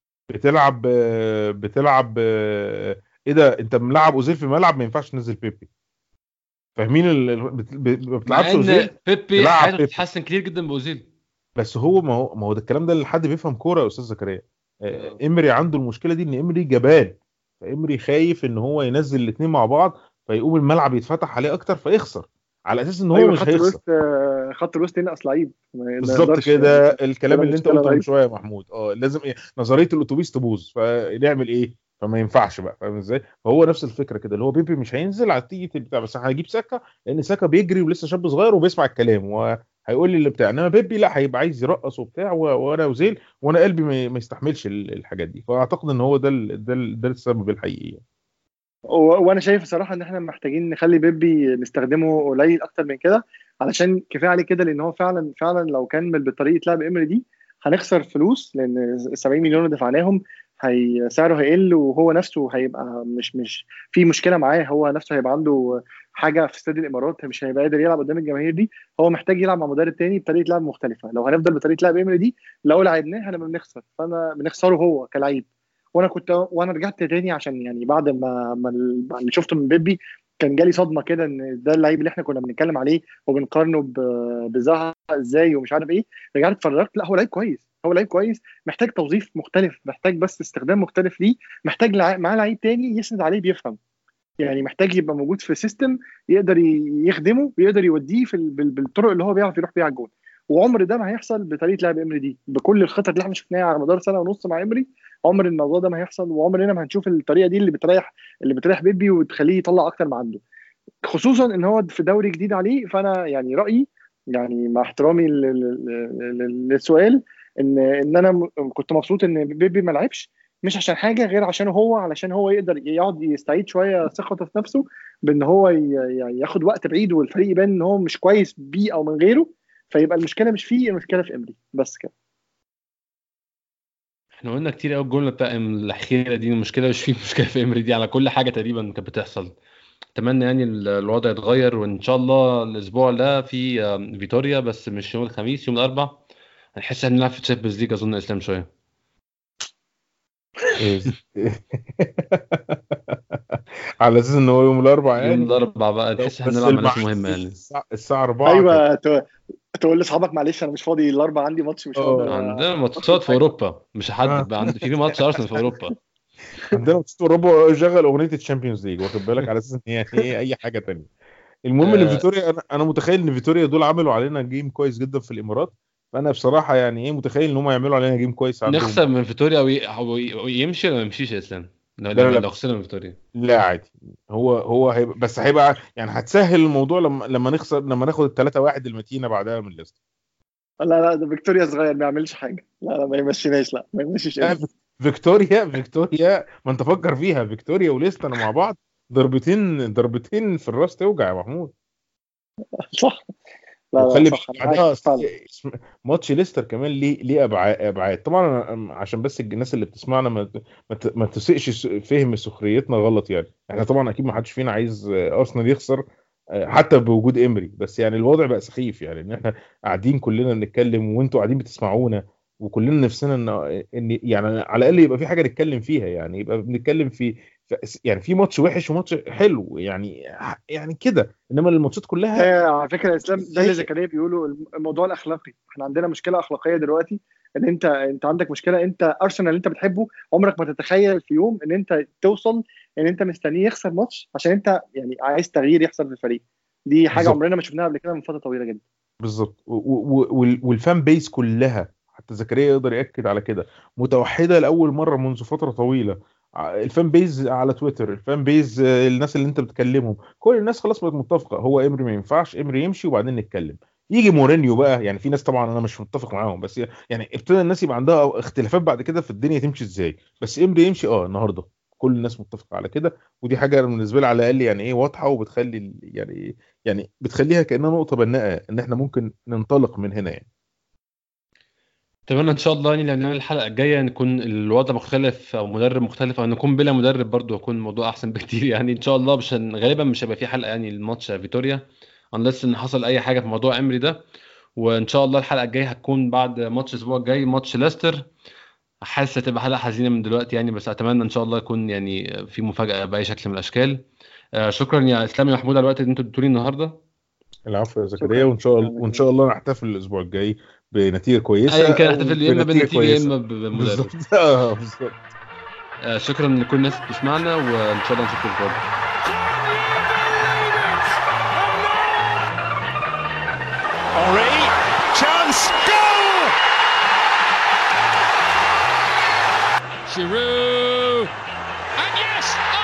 بتلعب ايه ده انت ملعب اوزيل في الملعب ما ينفعش تنزل بيبي. فاهمين ما مع بتلعبش ان اوزيل بيبي تلعب حياته بيبي. بتتحسن كتير جدا باوزيل. بس هو ما هو ده الكلام ده اللي حد بيفهم كوره يا استاذ زكريا. امري عنده المشكله دي ان امري جبان. فامري خايف ان هو ينزل الاثنين مع بعض فيقوم الملعب يتفتح عليه اكتر فيخسر، على اساس ان هو ايوه، مش هيخسر. خط الوسط ينقص لعيب، ما بالظبط يقدرش يعني. كده الكلام كلام اللي انت مشكله قلته من رهيب. شويه يا محمود. لازم نظريه الاتوبيس تبوظ فنعمل ايه؟ فما ينفعش بقى، فاهم ازاي؟ فهو نفس الفكره كده اللي هو بيبي مش هينزل على تيجي بتاع، بس هجيب ساكا لان ساكا بيجري ولسه شاب صغير وبيسمع الكلام وهيقول لي اللي بتاع. انما بيبي لا، هيبقى عايز يرقص وبتاع وانا وزيل وانا قلبي ما يستحملش الحاجات دي. فاعتقد ان هو ده السبب الحقيقي يعني. وانا شايف صراحه ان احنا محتاجين نخلي بيبي نستخدمه قليل اكتر من كده، علشان كفايه عليه كده. لان هو فعلا فعلا لو كمل بطريقه لعب امري دي هنخسر فلوس، لان 70 مليون اللي دفعناهم سعره هيقل، وهو نفسه هيبقى مش في مشكله معاه. هو نفسه هيبقى عنده حاجه في استاد الامارات، مش هيبقى قادر يلعب قدام الجماهير دي. هو محتاج يلعب مع مدرب تاني بطريقه لعب مختلفه. لو هنفضل بطريقه لعب امري دي لو لعبناه هنبقى بنخسر، فانا بنخسره هو كلعيب. وانا رجعت تاني عشان يعني بعد اللي شفته من بيبي كان جالي صدمه كده ان ده اللعيب اللي احنا كنا بنتكلم عليه وبنقارنه بزها ازاي ومش عارف ايه. رجعت اتفرجت، لا هو لعيب كويس، هو لعيب كويس، محتاج توظيف مختلف، محتاج بس استخدام مختلف ليه، محتاج معاه لعيب تاني يسند عليه بيفهم. يعني محتاج يبقى موجود في سيستم يقدر يخدمه ويقدر يوديه بالطرق اللي هو بيعرف يروح بيها على الجول. وعمر ده ما هيحصل بطريقه لعب امري دي بكل الخطط اللي احنا شفناها على مدار سنه ونص مع امري. عمر الموضوع ده ما هيحصل، وعمرنا ما هنشوف الطريقه دي اللي بتريح بيبي وتخليه يطلع اكتر ما عنده، خصوصا ان هو في دوري جديد عليه. فانا يعني رايي، يعني مع احترامي للسؤال، ان انا كنت مبسوط ان بيبي ما لعبش، مش عشان حاجه غير علشان هو يقدر يقعد يستعيد شويه ثقته في نفسه، بان هو يعني ياخد وقت بعيد والفريق يبان ان هو مش كويس بيه او من غيره. فيبقى المشكله مش فيه، المشكله في امري بس كده. احنا قلنا كتير قوي الجمله بتاع الاخيره دي، المشكله مش في مشكله في امري دي، على كل حاجه تقريبا كانت بتحصل. اتمنى يعني الوضع يتغير، وان شاء الله الاسبوع ده في فيتوريا، بس مش يوم الخميس، يوم الاربعاء. هنحس ان نلعب في تشامبيونز ليج اظن اسلام شويه. على اساس ان هو يوم الاربعاء يوم يعني. الاربعاء بقى نحس ان احنا بس نلعب مع ناس مهمه المعلومه يعني. الساعه 4 ايوه تقول لاصحابك معلش انا مش فاضي الاربع، عندي ماتش مش هقدر عندنا اخرج ماتشات في معاكم. اوروبا، مش حد بقى في ماتش ارسنال في اوروبا. عندنا ماتش اوروبا شغل اغنيه الشامبيونز ليج، واخد بالك، على اساس ان هي ايه اي حاجه تانية. المهم ان آه، فيتوريا، انا متخيل ان فيتوريا دول عملوا علينا جيم كويس جدا في الامارات. فانا بصراحه يعني ايه متخيل ان هم يعملوا علينا جيم كويس عندهم. نخسر من فيتوريا أو يمشي ولا ما يمشيش يا اسلام؟ لا لا لا لو خسرنا من فيتوريا. لا عادي. هو هيبقى، بس هيبقى يعني هتسهل الموضوع لما نخسر، لما ناخد ال3-1 المتينه بعدها من ليستر. لا ده فيكتوريا صغير ما يعملش حاجه، لا ما يمشيناش، لا ما يمشيش لا امري. فيكتوريا ما انت فكر فيها، فيكتوريا وليستر مع بعض ضربتين في الراس توجع يا محمود. صح. لا وخلي بالك صح انا بعدها معاك فعلا. ماتش ليستر كمان ليه ابعاد طبعا. عشان بس الناس اللي بتسمعنا ما تسقش فهم سخريتنا غلط يعني. احنا طبعا اكيد ما حدش فينا عايز ارسنال يخسر حتى بوجود امري، بس يعني الوضع بقى سخيف يعني ان احنا قاعدين كلنا بنتكلم وانتوا قاعدين بتسمعونا، وكلنا نفسنا ان يعني على الاقل يبقى في حاجه نتكلم فيها، يعني يبقى بنتكلم يعني في ماتش وحش وماتش حلو يعني كده، انما الماتشات كلها ده على فكره الاسلام ده اللي سيء. زكريا بيقولوا الموضوع الاخلاقي. احنا عندنا مشكله اخلاقيه دلوقتي، ان انت عندك مشكله. انت ارسنال اللي انت بتحبه عمرك ما تتخيل في يوم ان انت توصل ان انت مستنيه يخسر ماتش عشان انت يعني عايز تغيير يحصل في الفريق. دي حاجه بالظبط عمرنا ما شفناها قبل كده من فتره طويله جدا. بالظبط والفان بيس كلها، حتى زكريا يقدر ياكد على كده، متوحده لاول مره منذ فتره طويله. الفان بيز على تويتر، الفان بيز الناس اللي انت بتكلمهم، كل الناس خلاص بقت متفقه هو امري ما ينفعش، امري يمشي وبعدين نتكلم. يجي مورينيو بقى، يعني في ناس طبعا انا مش متفق معاهم، بس يعني ابتدى الناس يبقى عندها اختلافات بعد كده في الدنيا تمشي ازاي، بس امري يمشي النهارده كل الناس متفقه على كده. ودي حاجه بالنسبه لي على الاقل يعني ايه واضحه، وبتخلي يعني بتخليها كأنها نقطة بناءة ان احنا ممكن ننطلق من هنا يعني. اتمنى ان شاء الله يعني لما نعمل الحلقه الجايه نكون الوضع مختلف او مدرب مختلف، او نكون بلا مدرب برضو يكون الموضوع احسن بكتير يعني. ان شاء الله مش غالبا مش هيبقى في حلقه يعني الماتش فيتوريا unless ان حصل اي حاجه في موضوع امري ده. وان شاء الله الحلقه الجايه هتكون بعد ماتش الاسبوع الجاي، ماتش ليستر. حاسس هتبقى حلقه حزينه من دلوقتي يعني، بس اتمنى ان شاء الله يكون يعني في مفاجاه باي شكل من الاشكال. شكرا يا اسلام يا محمود على الوقت اللي انتوا اديتوا لي النهارده. العفو يا زكريا، شكرا وان شاء الله نحتفل الاسبوع الجاي بنتيجة ايا كويسة كان او احتفل يا اما بنتيجة بالنتيجه يا كويسة. اما بمدرب. بالظبط بالظبط. شكرا لكل الناس اللي بتسمعنا، وان شاء الله نشوفكم الاسبوع الجاي. Henri, chance, goal! Giroud, and yes!